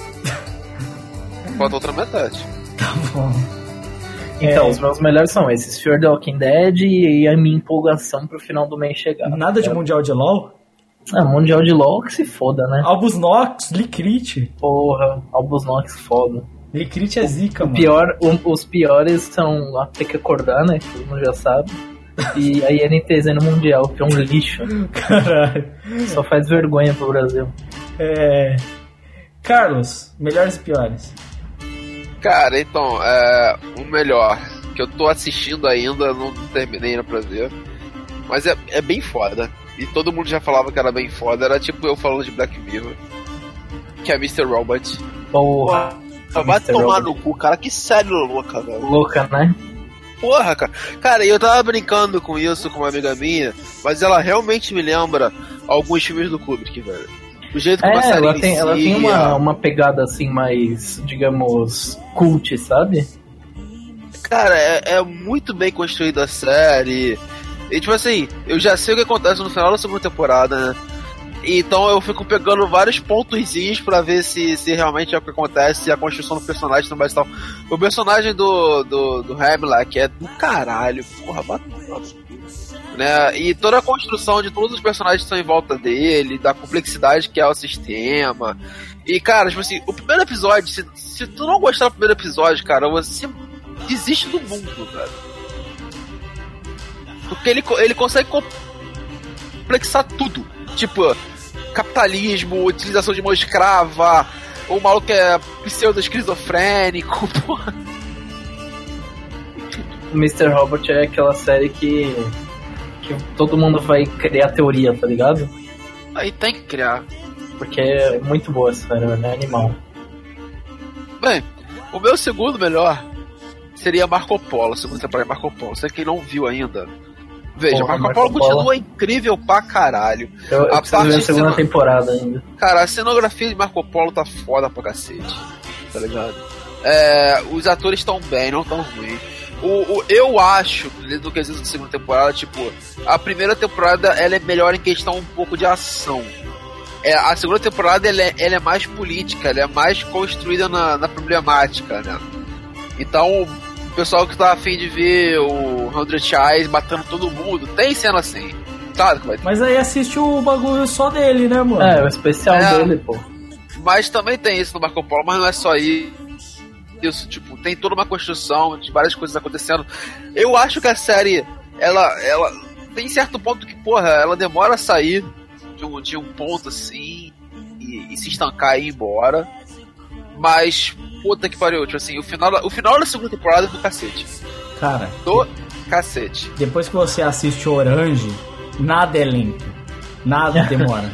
Falta outra metade. Tá bom. Então, É. os meus melhores são esses: Fear the Walking Dead e a minha empolgação pro final do mês chegar. Nada de É. Mundial de LoL? Ah, Mundial de LoL que se foda, né? Albus Nox, Licrite. Porra, Albus Nox foda. Licrite é zica, mano. Pior, o- os piores são a Ter que Acordar, né? Que todo mundo já sabe. E a I N T Z no Mundial, que é um lixo. Caralho. Só faz vergonha pro Brasil. É... Carlos, melhores e piores. Cara, então, é, o melhor, que eu tô assistindo ainda, não terminei ainda pra ver, mas é, é bem foda. E todo mundo já falava que era bem foda, era tipo eu falando de Black Mirror, que é mister Robot. Porra, Vai mister tomar Robot. no cu, cara, que série louca, velho. Louca, né? Porra, cara. Cara, eu tava brincando com isso com uma amiga minha, mas ela realmente me lembra alguns filmes do Kubrick, velho. Do jeito como a É, série ela tem, ela tem inicia. uma, uma pegada assim mais, digamos, cult, sabe? Cara, é, é muito bem construída a série. E tipo assim, eu já sei o que acontece no final da segunda temporada, né? Então eu fico pegando vários pontozinhos pra ver se, se realmente é o que acontece, se a construção do personagem também tal. O personagem do, do, do Hemlock é do caralho, porra, batata. Né? E toda a construção de todos os personagens que estão em volta dele, da complexidade que é o sistema. E cara, tipo assim, o primeiro episódio, se, se tu não gostar do primeiro episódio, cara, você desiste do mundo, cara. Porque ele, ele consegue complexar tudo. Tipo, capitalismo, utilização de mão escrava, o maluco é pseudo-esquizofrênico, porra. O mister Robot é aquela série que, que todo mundo vai criar teoria, tá ligado? Aí tem que criar. Porque é muito boa essa série, né? Animal. Bem, o meu segundo melhor seria Marco Polo, segunda temporada de Marco Polo. Você que não viu ainda, veja, Porra, Marco, Marco Polo Polo. continua incrível pra caralho. Eu, eu A preciso ver a parte segunda cena- temporada ainda. Cara, a cenografia de Marco Polo tá foda pra cacete, tá ligado? É, os atores estão bem, não tão ruins. O, o, eu acho, do que existe na segunda temporada, tipo, a primeira temporada ela é melhor em questão um pouco de ação. É, a segunda temporada ela é, ela é mais política, ela é mais construída na, na problemática, né? Então, o pessoal que tá afim de ver o Hundred Eyes matando todo mundo, tem cena assim, sabe? Como é que- Mas aí assiste o bagulho só dele, né, mano? É, o especial É. dele, pô. Mas também tem isso no Marco Polo, mas não é só isso. Isso, tipo, tem toda uma construção de várias coisas acontecendo. Eu acho que a série, ela, ela tem certo ponto que, porra, ela demora a sair de um, de um ponto assim e, e se estancar e ir embora. Mas, puta que pariu, tipo assim, o final, da- o final da segunda temporada é do cacete. Cara, Do cacete. depois que você assiste Orange, nada é lento. Nada demora.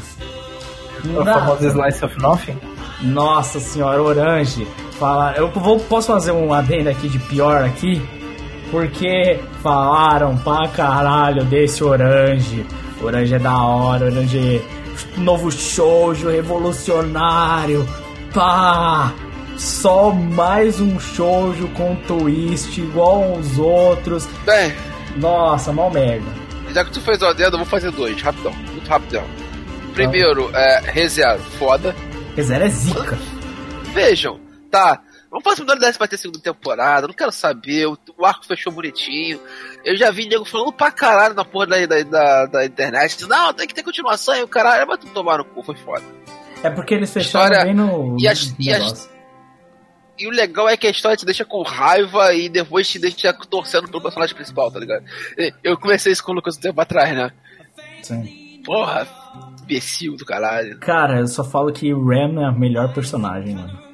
O famoso Slice of Nothing. Nossa senhora, Orange. Fala, eu vou, posso fazer um adendo aqui de pior aqui? Porque falaram pra caralho desse Orange. Orange é da hora, Orange é novo shoujo revolucionário. Pá! Só mais um shoujo com twist igual aos outros. Bem, Nossa, mal merda. já que tu fez o adendo, eu vou fazer dois, rapidão, muito rapidão. Primeiro, é, ReZero, foda. Zero é zica. Vejam, tá. Vamos fazer menor dessa pra ter segunda temporada. Não quero saber. O, o arco fechou bonitinho. Eu já vi nego falando pra caralho na porra da, da, da, da internet. Diz, não, tem que ter continuação. E o caralho, vai tu tomar no cu. Foi foda. É porque eles fecharam História- bem no e as- e as- negócio. E o legal é que a história te deixa com raiva e depois te deixa torcendo pelo personagem principal, tá ligado? Eu comecei isso com o Lucas um tempo atrás, né? Sim. Porra, imbecil do caralho. Cara, eu só falo que Ram é a melhor personagem, mano.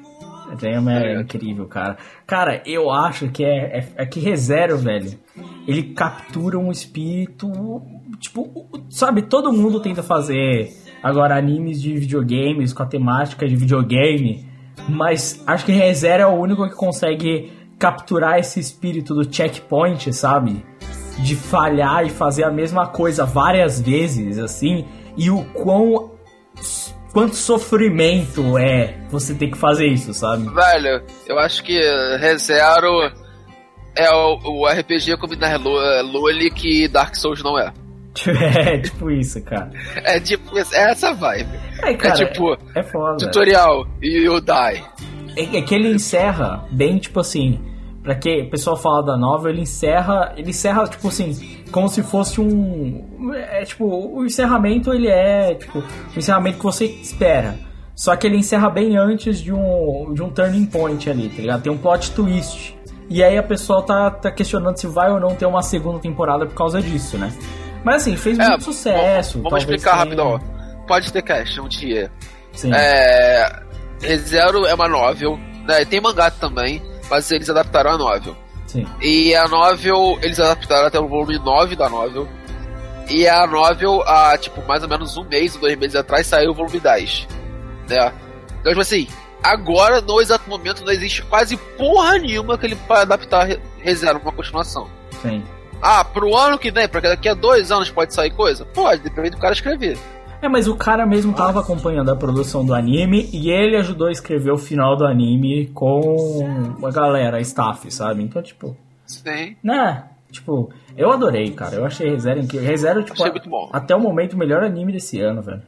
Tema é incrível, cara. Cara, eu acho que é, é, é que ReZero, velho, ele captura um espírito, tipo, sabe, todo mundo tenta fazer agora animes de videogames com a temática de videogame, mas acho que ReZero é o único que consegue capturar esse espírito do checkpoint, sabe? De falhar e fazer a mesma coisa várias vezes, assim, e o quão... quanto sofrimento é você ter que fazer isso, sabe? Velho, eu acho que ReZero é o, o R P G combinar Loli que Dark Souls não é. É tipo isso, cara. É tipo, é essa vibe. É, cara, é tipo, é, é foda. Tutorial e you die. É, é que ele encerra bem, tipo assim, pra que o pessoal fala da novel, ele encerra, ele encerra, tipo assim, como se fosse um... É tipo, o encerramento ele é, tipo, o encerramento que você espera. Só que ele encerra bem antes de um, de um turning point ali, tá ligado? Tem um plot twist. E aí a pessoa tá, tá questionando se vai ou não ter uma segunda temporada por causa disso, né? Mas assim, fez é, muito sucesso. Vamos explicar tenha... rapidão. Pode ter cast um dia. Sim. É... ReZero é uma novel, né? Tem mangá também, mas eles adaptaram a novel. Sim. E a novel, eles adaptaram até o volume nove da novel. E a novel, há tipo, mais ou menos um mês ou dois meses atrás, saiu o volume dez. Né? Então, tipo assim, agora, no exato momento, não existe quase porra nenhuma que ele vai adaptar ReZero uma continuação. Sim. Ah, pro ano que vem, pra daqui a dois anos pode sair coisa? Pode, depende do cara escrever. É, mas o cara mesmo tava acompanhando a produção do anime e ele ajudou a escrever o final do anime com a galera, a staff, sabe? Então, tipo... Sim. Né? Tipo, eu adorei, cara. Eu achei ReZero incrível. ReZero, tipo, achei muito bom. Até o momento, o melhor anime desse ano, velho.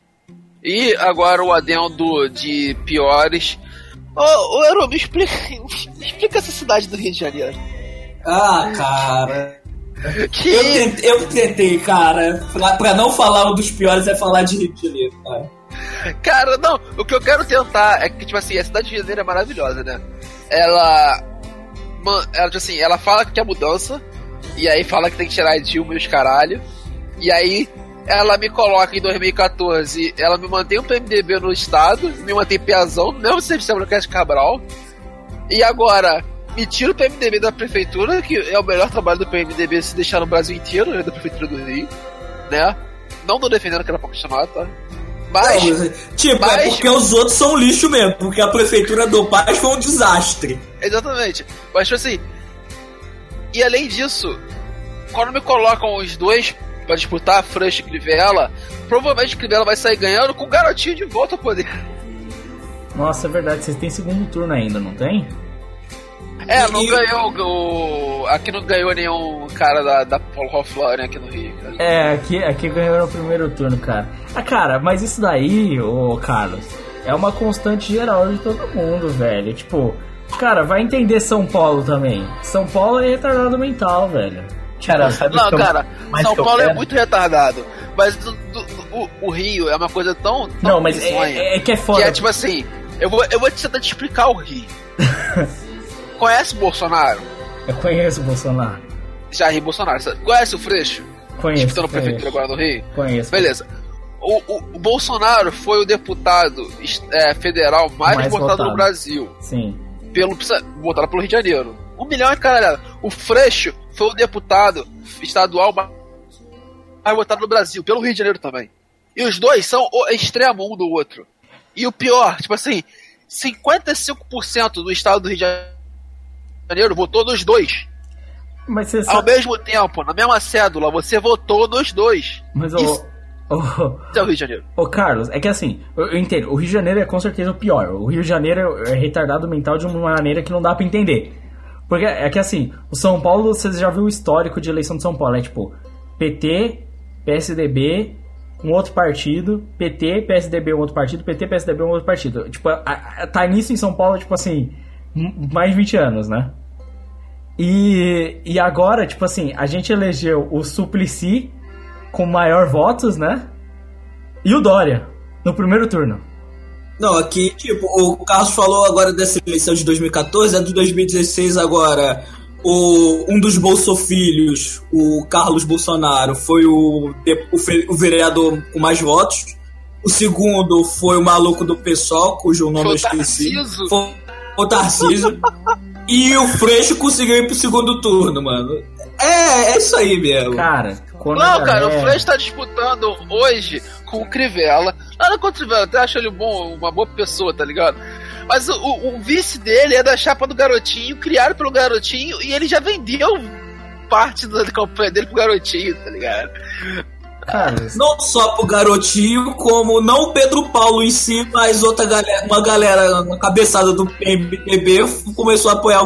E agora o adendo de piores... Ô, ô Eru, me explica, me explica essa cidade do Rio de Janeiro. Ah, cara... Que... Eu, tentei, eu tentei, cara. Pra, pra não falar um dos piores é falar de Rio de Janeiro, cara. Cara, não, o que eu quero tentar é que, tipo assim, a cidade de Rio de Janeiro é maravilhosa, né? Ela. Ela, tipo assim, ela fala que quer mudança, e aí fala que tem que tirar a Dilma e os caralho. E aí ela me coloca em dois mil e catorze, ela me mantém um P M D B no estado, me mantém peazão, no mesmo sistema do Cast Cabral. E agora. Me tira o P M D B da prefeitura, que é o melhor trabalho do P M D B se deixar no Brasil inteiro, né, da prefeitura do Rio, né? Não tô defendendo que ela pode continuar, tá? Mas... Não, tipo, mas... é porque os outros são lixo mesmo, porque a prefeitura do Paz foi um desastre. Exatamente. Mas, tipo assim... E além disso, quando me colocam os dois pra disputar, Frush e Crivella, provavelmente Crivella vai sair ganhando com o garotinho de volta ao poder. Nossa, é verdade, vocês têm segundo turno ainda, não tem? É, não e... ganhou o... Aqui não ganhou nenhum cara da, da Polo Flora aqui no Rio, cara. É, aqui, aqui ganhou no primeiro turno, cara. Ah, cara, mas isso daí, ô Carlos, é uma constante geral de todo mundo, velho. Tipo, cara, vai entender São Paulo também. São Paulo é retardado mental, velho. Cara, sabe não, que cara, eu, São Paulo é muito retardado. Mas do, do, o, o Rio é uma coisa tão... tão não, mas é, é que é foda. Que é tipo assim, eu vou, eu vou tentar te explicar o Rio. Conhece o Bolsonaro? Eu conheço o Bolsonaro. Jair Bolsonaro. Conhece o Freixo? Conheço. Disputando prefeitura agora no Rio? Conheço. Beleza. O, o, o Bolsonaro foi o deputado é, federal mais, mais votado, votado no Brasil. Sim. Pelo, votado pelo Rio de Janeiro. Um milhão de caralhada. O Freixo foi o deputado estadual mais, mais votado no Brasil, pelo Rio de Janeiro também. E os dois são o extremo um do outro. E o pior, tipo assim, cinquenta e cinco por cento do estado do Rio de Janeiro Janeiro votou nos dois. Mas você Ao sabe... mesmo tempo, na mesma cédula, você votou nos dois. Mas o Isso oh, é o Rio de Janeiro. Ô Carlos, é que assim, eu, eu entendo, o Rio de Janeiro é com certeza o pior. O Rio de Janeiro é retardado mental de uma maneira que não dá pra entender. Porque é que assim, o São Paulo, você já viu o histórico de eleição de São Paulo, é tipo P T, P S D B, um outro partido, P T, P S D B, um outro partido, P T, P S D B, um outro partido. Tipo, a, a, tá nisso em São Paulo, tipo assim, mais de vinte anos, né? E, e agora, tipo assim, a gente elegeu o Suplicy com maior votos, né? E o Dória, no primeiro turno. Não, aqui, tipo, o Carlos falou agora dessa eleição de dois mil e catorze, a de dois mil e dezesseis agora, o, um dos bolsofilhos, o Carlos Bolsonaro, foi o, o, o vereador com mais votos. O segundo foi o maluco do PSOL, cujo nome eu esqueci. Foi, o Tarcísio. E o Freixo conseguiu ir pro segundo turno, mano. É, é isso aí mesmo. Cara, quando Não, a cara, galera- o Freixo tá disputando hoje com o Crivella. Nada contra o Crivella, eu até acho ele bom, uma boa pessoa, tá ligado? Mas o, o, o vice dele é da chapa do Garotinho, criado pelo Garotinho, e ele já vendeu parte da campanha dele pro Garotinho, tá ligado? Cara, Não só pro Garotinho, como não o Pedro Paulo em si, mas outra galera, uma galera na cabeçada do P M D B começou a apoiar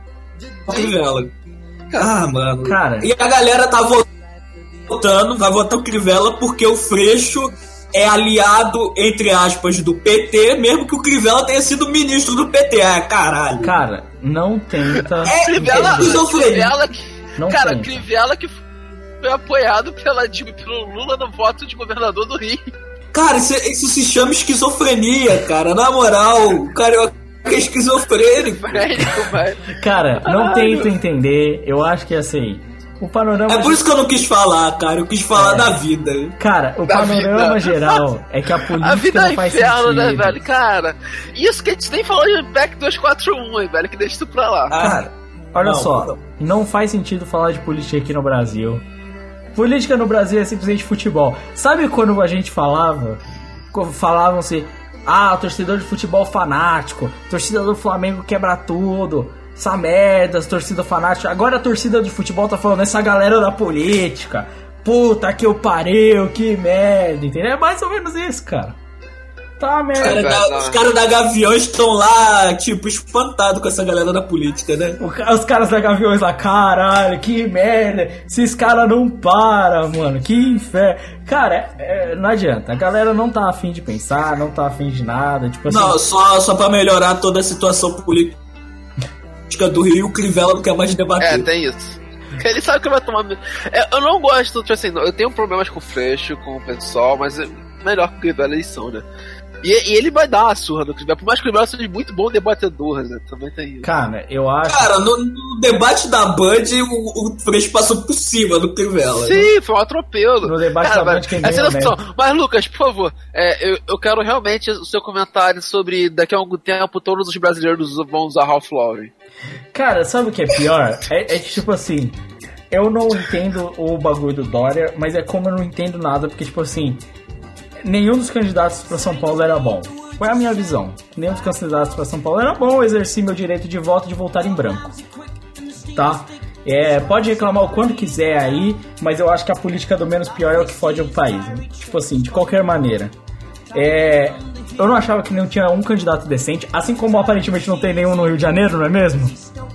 o Crivella. Ah, mano. Cara. E a galera tá votando, vai votar o Crivella porque o Freixo é aliado, entre aspas, do P T, mesmo que o Crivella tenha sido ministro do P T. Ah, caralho. cara, não tenta. É, Crivella, entendeu? Crivella que, Não cara, tem. Crivella que foi apoiado pela, tipo, pelo Lula no voto de governador do Rio. Cara, isso, isso se chama esquizofrenia, cara. Na moral, o carioca é esquizofrênico. Velho, velho. Cara, não tenta entender. Eu acho que assim, o panorama. É por isso que eu não quis falar, cara. Eu quis falar É. da vida. Cara, o Da panorama vida. geral é que a política A vida não é faz inferno, sentido. né, velho? Cara, isso que a gente nem falou de Pack dois quatro um, hein, velho? Que deixa isso pra lá. Cara, olha Não, só, não. não faz sentido falar de política aqui no Brasil. Política no Brasil é simplesmente futebol. Sabe quando a gente falava? co- Falavam-se, ah, torcedor de futebol fanático, torcida do Flamengo quebra tudo, essa merda, torcida fanática. Agora a torcida de futebol tá falando, essa galera da política, puta que eu pariu, que merda, entendeu? É mais ou menos isso, cara. Tá Os caras merda. da, os caras da Gaviões estão lá, tipo, espantados com essa galera da política, né? O ca- Os caras da Gaviões lá, caralho, que merda. Esses caras não param, mano. Que inferno. Cara, é, não adianta. A galera não tá afim de pensar, não tá afim de nada. Tipo assim. Não, só, só pra melhorar toda a situação política do Rio, o Crivella não quer mais debater. É, tem isso. Ele sabe que vai tomar. É, eu não gosto, tipo assim, eu tenho problemas com o Freixo, com o pessoal, mas é melhor que o Crivella é eleição, né? E, e ele vai dar uma surra no Crivella, por mais que o Crivella seja muito bom debatedor, né? Também tem isso. Cara, eu acho. Cara, no, no debate da Band, o, o Freixo passou por cima do Crivella. Sim, foi um atropelo. No debate Cara, da Band, mas, quem essa ganhou, né? noção. Mas, Lucas, por favor, é, eu, eu quero realmente o seu comentário sobre daqui a algum tempo todos os brasileiros vão usar Ralph Lauren. Cara, sabe o que é pior? É, é que, tipo assim, eu não entendo o bagulho do Dória, mas é como eu não entendo nada, porque, tipo assim, nenhum dos candidatos pra São Paulo era bom. Foi a minha visão. Nenhum dos candidatos pra São Paulo era bom, eu exerci meu direito de voto de voltar em branco. Tá? É, pode reclamar o quanto quiser aí, mas eu acho que a política do menos pior é o que fode o país. Né? Tipo assim, de qualquer maneira. É, eu não achava que não tinha um candidato decente, assim como aparentemente não tem nenhum no Rio de Janeiro, não é mesmo?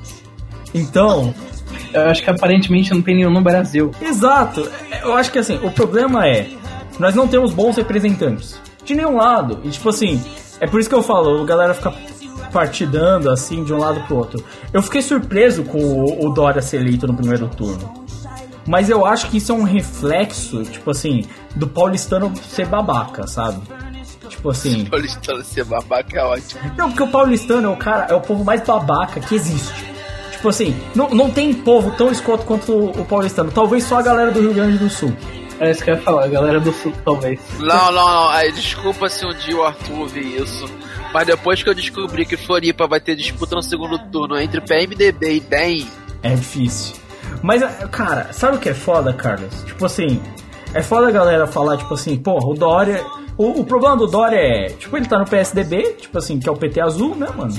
Então, Eu acho que aparentemente não tem nenhum no Brasil. exato. Eu acho que assim, o problema é, nós não temos bons representantes. De nenhum lado. E tipo assim, é por isso que eu falo, a galera fica partidando assim de um lado pro outro. Eu fiquei surpreso com o, o Dória ser eleito no primeiro turno. Mas eu acho que isso é um reflexo, tipo assim, do paulistano ser babaca, sabe? Tipo assim. Paulistano ser babaca é ótimo. Não, porque o paulistano é o cara, é o povo mais babaca que existe. Tipo assim, não, não tem povo tão escroto quanto o, o paulistano. Talvez só a galera do Rio Grande do Sul. É isso que eu ia falar, a galera do Sul, talvez. Não, não, não. Aí, desculpa se um dia o Arthur ouvir isso. Mas depois que eu descobri que Floripa vai ter disputa no segundo turno entre P M D B e D E M, É difícil. Mas, cara, sabe o que é foda, Carlos? Tipo assim, é foda a galera falar, tipo assim, porra, o Dória. O, o problema do Dória é, tipo, ele tá no P S D B, tipo assim, que é o P T azul, né, mano?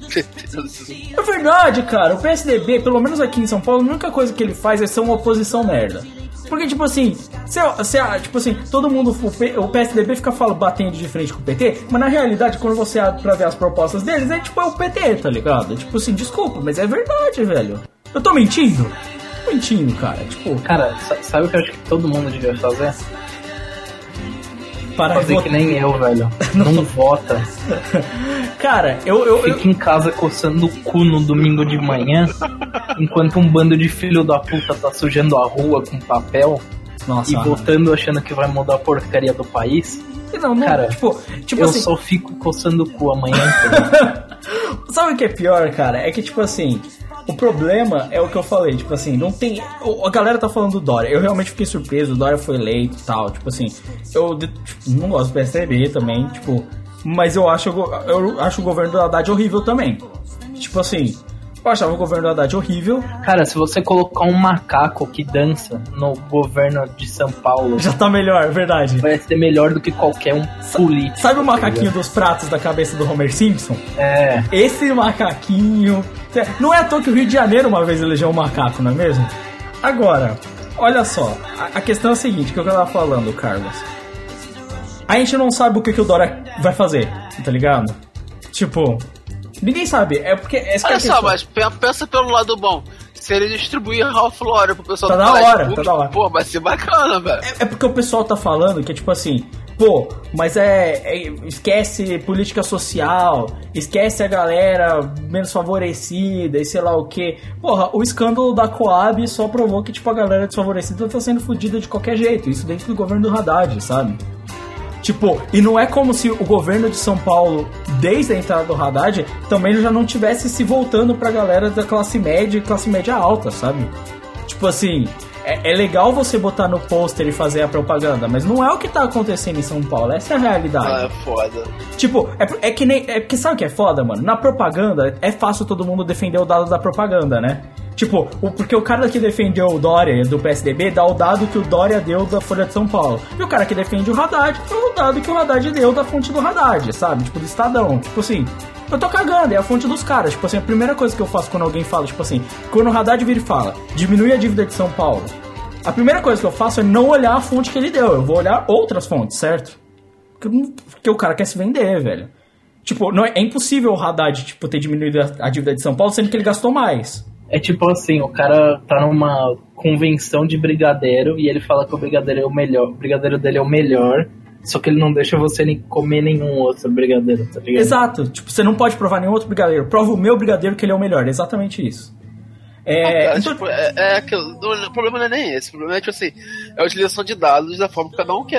É verdade, cara. O P S D B, pelo menos aqui em São Paulo, a única coisa que ele faz é ser uma oposição merda. Porque, tipo assim, se, se, tipo assim, todo mundo, o, P, o P S D B fica falando, batendo de frente com o P T, mas na realidade, quando você abre pra ver as propostas deles, é tipo, é o P T, tá ligado? É tipo assim, desculpa, mas é verdade, velho. Eu tô mentindo? Tô mentindo, cara. Tipo, Cara, sa- sabe o que eu acho que todo mundo devia fazer? para Fazer votar. que nem eu, velho. Não vota. Cara, eu, eu, eu, Fica em casa coçando o cu no domingo de manhã, enquanto um bando de filho da puta tá sujando a rua com papel Nossa, e votando achando que vai mudar a porcaria do país. não, não, Cara, tipo, tipo eu assim, só fico coçando o cu amanhã inteiro. sabe o que é pior, cara? É que, tipo assim, o problema é o que eu falei, tipo assim, não tem... A galera tá falando do Dória, eu realmente fiquei surpreso, o Dória foi eleito e tal, tipo assim, eu tipo, não gosto do P S D B também, tipo, Mas eu acho, eu acho o governo do Haddad horrível também. Tipo assim, eu achava o governo do Haddad horrível. Cara, se você colocar um macaco que dança no governo de São Paulo, já tá melhor, verdade. Vai ser melhor do que qualquer um político. Sabe o macaquinho dos pratos da cabeça do Homer Simpson? É. Esse macaquinho... Não é à toa que o Rio de Janeiro uma vez elegeu um macaco, não é mesmo? Agora, olha só. A questão é a seguinte, que eu tava falando, Carlos. A gente não sabe o que, que o Dória vai fazer, tá ligado? Tipo, ninguém sabe. É porque... Essa Olha é só, mas pensa pelo lado bom. Se ele distribuir Ralph Lauren pro pessoal tá do da colégio hora, público, tá da hora. Pô, vai ser bacana, velho. É, é porque o pessoal tá falando que é tipo assim, pô, mas é, é... Esquece política social, esquece a galera menos favorecida e sei lá o que. Porra, o escândalo da Coab só provou que tipo a galera desfavorecida tá sendo fodida de qualquer jeito. Isso dentro do governo do Haddad, sabe? Tipo, e não é como se o governo de São Paulo, desde a entrada do Haddad, também já não tivesse se voltando pra galera da classe média e classe média alta, sabe? Tipo assim, é, é legal você botar no pôster e fazer a propaganda, mas não é o que tá acontecendo em São Paulo, essa é a realidade. Ah, é foda. Tipo, é, é que nem... É porque sabe o que é foda, mano? Na propaganda, é fácil todo mundo defender o dado da propaganda, né? Tipo, o, porque o cara que defendeu o Dória do P S D B dá o dado que o Dória deu da Folha de São Paulo. E o cara que defende o Haddad dá o dado que o Haddad deu da fonte do Haddad, sabe? Tipo, do Estadão. Tipo assim, eu tô cagando, é a fonte dos caras. Tipo assim, a primeira coisa que eu faço quando alguém fala, tipo assim, quando o Haddad vira e fala, diminui a dívida de São Paulo, a primeira coisa que eu faço é não olhar a fonte que ele deu, eu vou olhar outras fontes, certo? Porque, porque o cara quer se vender, velho. Tipo, não é, é impossível o Haddad, tipo, ter diminuído a, a dívida de São Paulo, sendo que ele gastou mais. É tipo assim, o cara tá numa convenção de brigadeiro e ele fala que o brigadeiro é o melhor, o brigadeiro dele é o melhor, só que ele não deixa você nem comer nenhum outro brigadeiro, tá ligado? Exato, tipo, você não pode provar nenhum outro brigadeiro, prova o meu brigadeiro que ele é o melhor, é exatamente isso. É, Ah, cara, então... tipo, é, é aquilo, o problema não é nem esse, o problema é, tipo assim, é a utilização de dados da forma que cada um quer.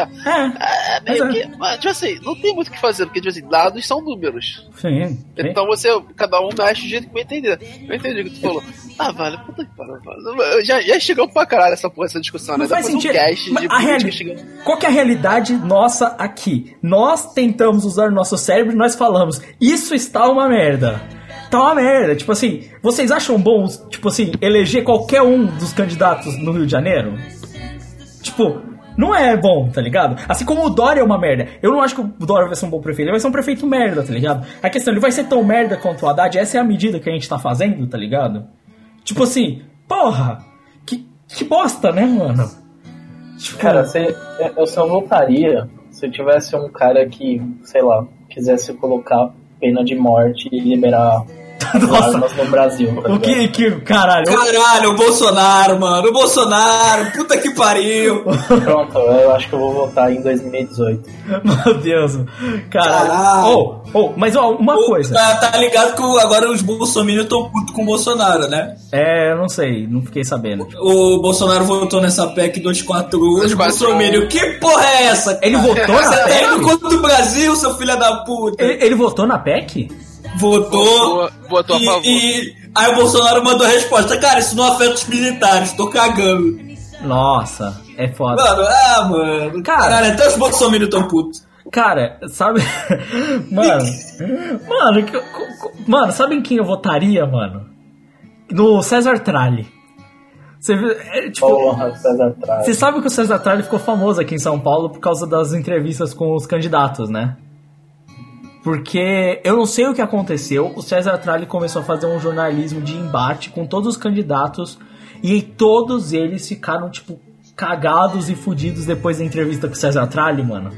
É, é meio mas é. que, mas, tipo assim, não tem muito o que fazer, porque, tipo assim, dados são números. Sim, sim. Então você, cada um mexe do jeito que vai entender. Eu entendi o que tu falou. Ah, velho, puta que pariu, velho. Já, já chegou pra caralho essa porra, essa discussão, Não né? faz Depois sentido. um cast Mas de a política reali... chegando. Qual que é a realidade nossa aqui? Nós tentamos usar o nosso cérebro e nós falamos, isso está uma merda. Tá uma merda. Tipo assim, vocês acham bom, tipo assim, eleger qualquer um dos candidatos no Rio de Janeiro? Tipo, não é bom, tá ligado? Assim como o Dória é uma merda. Eu não acho que o Dória vai ser um bom prefeito. Ele vai ser um prefeito merda, tá ligado? A questão, ele vai ser tão merda quanto o Haddad. Essa é a medida que a gente tá fazendo, tá ligado? Tipo assim, porra, que, que bosta, né, mano? Tipo, cara, você, eu só votaria se eu tivesse um cara que, sei lá, quisesse colocar pena de morte e liberar armas no Brasil. Tá o que, que, caralho? Caralho, o Bolsonaro, mano, o Bolsonaro, puta que pariu. Pronto, eu acho que eu vou votar em dois mil e dezoito. Meu Deus, caralho. Caralho. Oh, oh, mas ó, uma O- coisa. Tá, tá ligado que o- agora os bolsominions estão putos com o Bolsonaro, né? É, eu não sei, não fiquei sabendo. O Bolsonaro votou nessa P E C duzentos e quarenta e um. duzentos e quarenta e um. Bolsominion, que porra é essa? Cara? Ele votou na Você tá indo P E C? contra o Brasil, seu filho da puta. Ele, ele votou na P E C? Votou. Votou- votou a e, favor. e aí o Bolsonaro mandou a resposta: cara, isso não afeta os militares, tô cagando. Nossa, é foda. Mano, ah, mano. Cara. Caralho, até os bolsominions tão putos. Cara, sabe... mano, mano, que- co- co- mano, sabe em quem eu votaria, mano? No César Tralli. Você vê, é, tipo... Porra, César Tralli. Você sabe que o César Tralli ficou famoso aqui em São Paulo por causa das entrevistas com os candidatos, né? Porque eu não sei o que aconteceu, o César Tralli começou a fazer um jornalismo de embate com todos os candidatos e todos eles ficaram, tipo, cagados e fudidos depois da entrevista com o César Tralli, mano.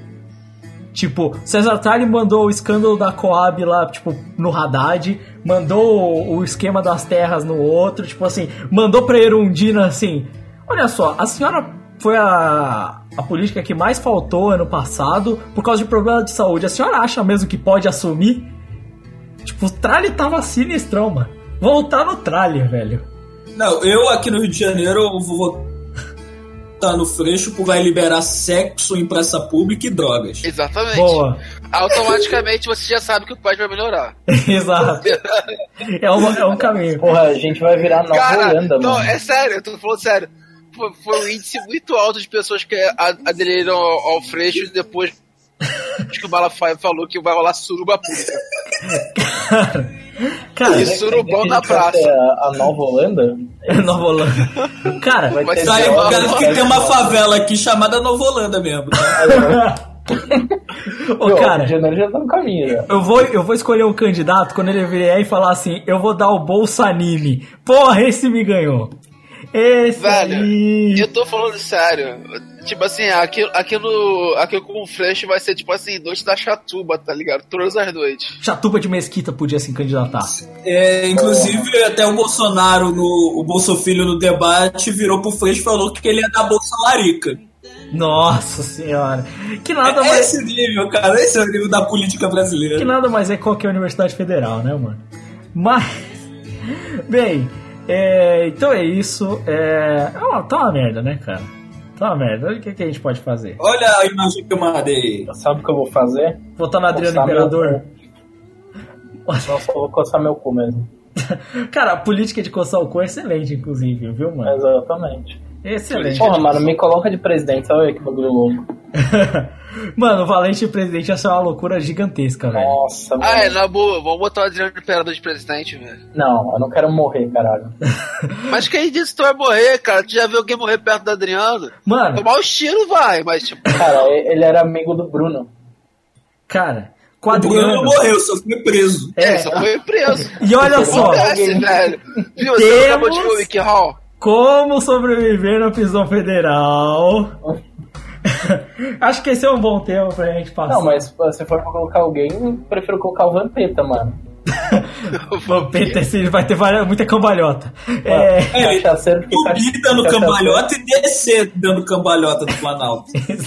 Tipo, César Tralli mandou o escândalo da Coab lá, tipo, no Haddad, mandou o esquema das terras no outro, tipo assim, mandou pra Erundina assim, olha só, a senhora foi a, a política que mais faltou ano passado por causa de problema de saúde. A senhora acha mesmo que pode assumir? Tipo, o Tralli tava sinistrão, mano. Voltar no Tralli, velho. Não, eu aqui no Rio de Janeiro eu vou votar no Freixo por vai liberar sexo em praça pública e drogas. Exatamente. Boa. Automaticamente você já sabe que o país vai melhorar. Exato. É um, é um caminho. Porra, a gente vai virar Nova Cara, Holanda, não, mano. é sério, eu tô falando sério. Foi, foi um índice muito alto de pessoas que a- aderiram ao, ao Freixo depois Acho que o Malafaia falou que vai rolar suruba pública. Cara, cara E surubão na praça. A, a Nova Holanda? é Nova Holanda. Cara, Vai ter Isso aí, droga, por causa que vai tem uma ter- favela aqui chamada Nova Holanda mesmo. Tá? ô, Meu, cara, o Janeiro já tá no caminho, já. eu vou, eu vou escolher um candidato quando ele vier e falar assim, eu vou dar o Bolsa Anime. Porra, esse me ganhou. Esse Velho, aí. eu tô falando sério. Tipo assim, aquilo, aquilo, aquilo com o Flash vai ser tipo assim, noite da Chatuba, tá ligado? Todas as noites. Chatuba de Mesquita podia se candidatar. É, inclusive, até o Bolsonaro, no, o Bolsofilho no debate, virou pro Freixo e falou que ele ia dar Bolsa Larica. Nossa senhora. Que nada É mais. esse nível, cara. Esse é o nível da política Que brasileira. nada mais é que qualquer universidade federal, né, mano? Mas. Bem, é, então é isso. É, é uma, tá uma merda, né, cara? Tá uma merda. Olha o que, que a gente pode fazer. Olha a imagem que eu mandei. Sabe o que eu vou fazer? Votar no Adriano Coçar meu Imperador. cu. Nossa, eu vou coçar meu cu mesmo. Cara, a política de coçar o cu é excelente, inclusive, viu, mano? Exatamente. Excelente. Porra, mano, me coloca de presidente, olha que bagulho louco. Mano, o Valente presidente ia ser uma loucura gigantesca, velho. Nossa, mano. Ah, é, na boa, vamos botar o Adriano Imperador de presidente, velho. Não, eu não quero morrer, caralho. Mas quem disse que tu vai morrer, cara? Tu já viu alguém morrer perto do Adriano? Mano, Tomar os tiros vai, mas tipo. Cara, ele era amigo do Bruno. cara, O Bruno quadriano. morreu, só foi preso. É, só foi preso. E olha só, Acontece, velho. Viu? Você Temos- acabou de ver o Wiki Hall? como sobreviver na prisão federal. Acho que esse é um bom tema pra gente passar. Não, mas se for pra colocar alguém, eu prefiro colocar o Vampeta, mano. O P T C vai ter várias, muita cambalhota. É, É, Cachaceiro que subir dando cambalhota e descer dando cambalhota do Planalto.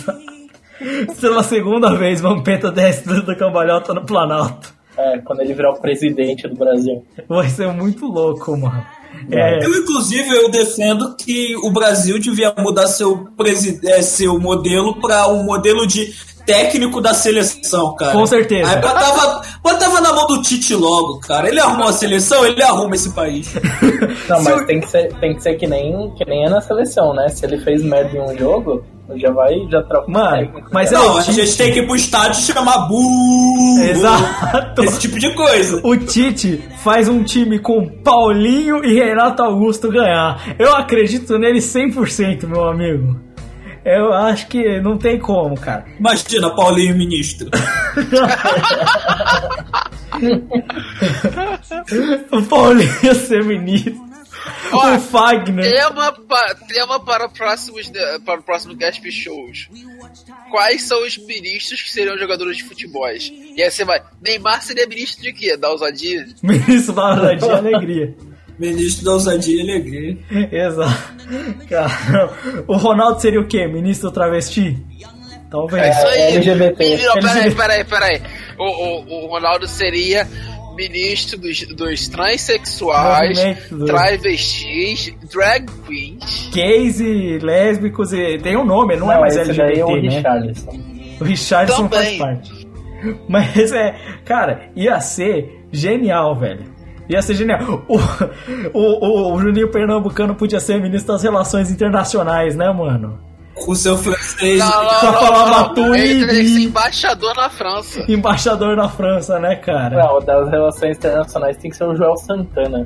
pela segunda vez, Vampeta desce da cambalhota no Planalto. É, quando ele virar o presidente do Brasil. Vai ser muito louco, mano. É, Eu, inclusive, eu defendo que o Brasil devia mudar seu, presi- é, seu modelo para um modelo de técnico da seleção, cara. Com certeza. Aí botava, botava na mão do Tite logo, cara. Ele arrumou a seleção, ele arruma esse país. Não, mas tem que ser, tem que ser que nem, que nem é na seleção, né? Se ele fez merda em um jogo, já vai, já troca o Mano, técnico. mas é Não, o a Tite. gente tem que ir pro estádio e chamar burro. Exato. Esse tipo de coisa. O Tite faz um time com Paulinho e Renato Augusto ganhar. Eu acredito nele cem por cento, meu amigo. Eu acho que não tem como, cara. Imagina, Paulinho ministro. O Paulinho ser ministro. Ó, O Fagner. Tema, pa- tema para, próximos, de- para o próximo Gasp Shows. Quais são os ministros que seriam jogadores de futebol? E aí você vai. Neymar seria ministro de quê? Da ousadia? Ministro da ousadia e alegria. Ministro da ousadia e alegria. Exato. Cara, o Ronaldo seria o quê? Ministro travesti? Talvez. É isso aí. L G B T. Não, peraí, L G B T. peraí, peraí. O, o, o Ronaldo seria ministro dos, dos transexuais, Movimento do- travestis, drag queens. Gays e lésbicos e tem um nome, não, Não, é mais esse L G B T, daí é o né? Richarlison. O Richardson faz Também. parte. Mas é, cara, ia ser genial, velho. Ia ser genial. O, o, o, o Juninho Pernambucano podia ser ministro das Relações Internacionais, né, mano? Com seu francês. Não, não, Pra não, falar não, Matuidi. Ele teria que ser embaixador na França. Embaixador na França, né, cara? Não, o das relações internacionais tem que ser o Joel Santana.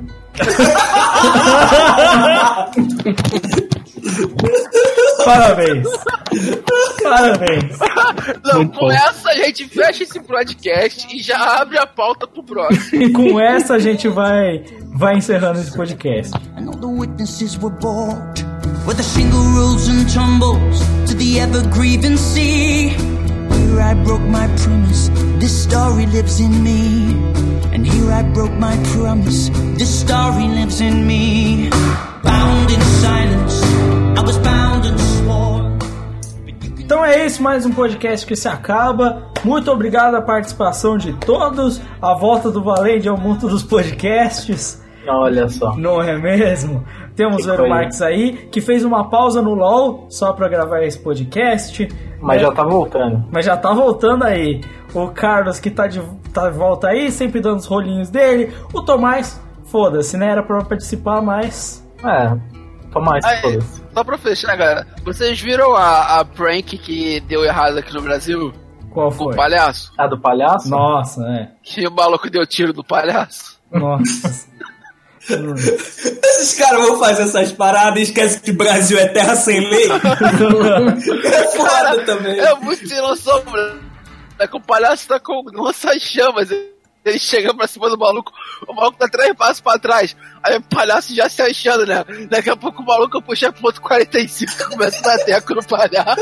Parabéns. Parabéns. Não, Muito com bom. essa a gente fecha esse podcast e já abre a pauta pro próximo. E com essa a gente vai, vai encerrando esse podcast. And all the witnesses were bought with the shingle rolls and tumbles to the ever-grieving sea. Here I broke my promise, this story lives in me. And here I broke my promise, this story lives in me. Bound in silence, I was bound and sworn. Então é isso, mais um podcast que se acaba. Muito obrigado à participação de todos. A volta do Valente ao mundo dos podcasts. Olha só. Não é mesmo? Temos o Que Eero coisa. Marques aí, que fez uma pausa no LoL só pra gravar esse podcast. Mas É, já tá voltando. mas já tá voltando aí. O Carlos, que tá de, tá de volta aí, sempre dando os rolinhos dele. O Tomás, foda-se, né? Era pra participar, mas... É, Tomás, Aí, foda-se. só pra fechar, galera, vocês viram a, a prank que deu errado aqui no Brasil? Qual Com foi? o palhaço. A do palhaço? Nossa, é. Que o maluco deu tiro no palhaço. Nossa. Esses caras vão fazer essas paradas e esquecem que o Brasil é terra sem lei. É foda Cara, também. é muito sem noção, mano. É que o palhaço tá com lança-chamas. Ele chega pra cima do maluco, o maluco tá três passos pra trás. Aí o palhaço já se achando, né? Daqui a pouco o maluco puxa ponto quarenta e cinco e começa a dar teco no palhaço.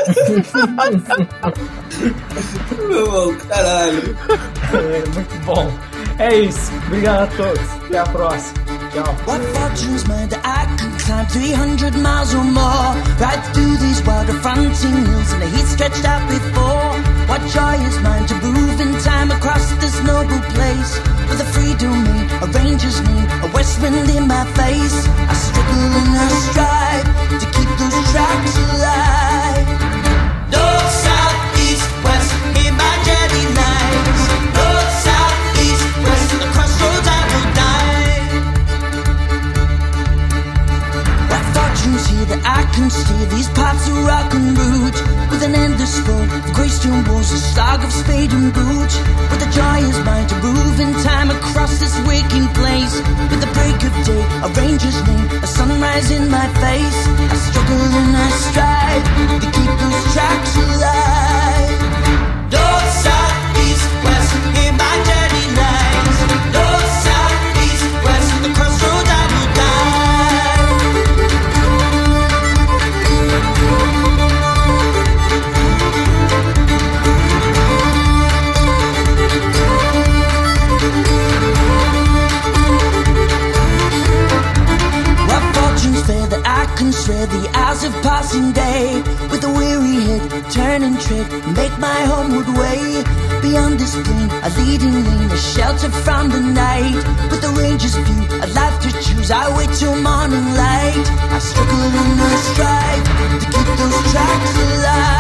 Meu irmão, caralho. É, muito bom. É isso. Obrigado a todos. Até a próxima. Tchau. What fortune's mine that I can climb three hundred miles or more, right through these wild fronting hills and the heat stretched out before. What joy is mine to move in time across this noble place, with a free domain, a ranger's name, a west wind in my face. I struggle and I strive to keep those tracks alive. North, south, east, west, in my journey lines. North, south, east, west, at the crossroads I will die. What fortune's here that I can steer these paths of rock and root, with an endless flow of grey stone walls, a slog of spade and boot. With the joy is mine to move in time across this waking place, with the break of day, a ranger's name, a sunrise in my face. I struggle and I strive to keep those tracks alive. North, south, east, west, in my journey lines. North, south, east, west, at the crossroads I will die. Fair that I can shred the hours of passing day, with a weary head, turn and tread, make my homeward way. Beyond this plain, a leading lane, a shelter from the night, with the ranger's view, a life to choose. I wait till morning light. I struggle and I strive to keep those tracks alive.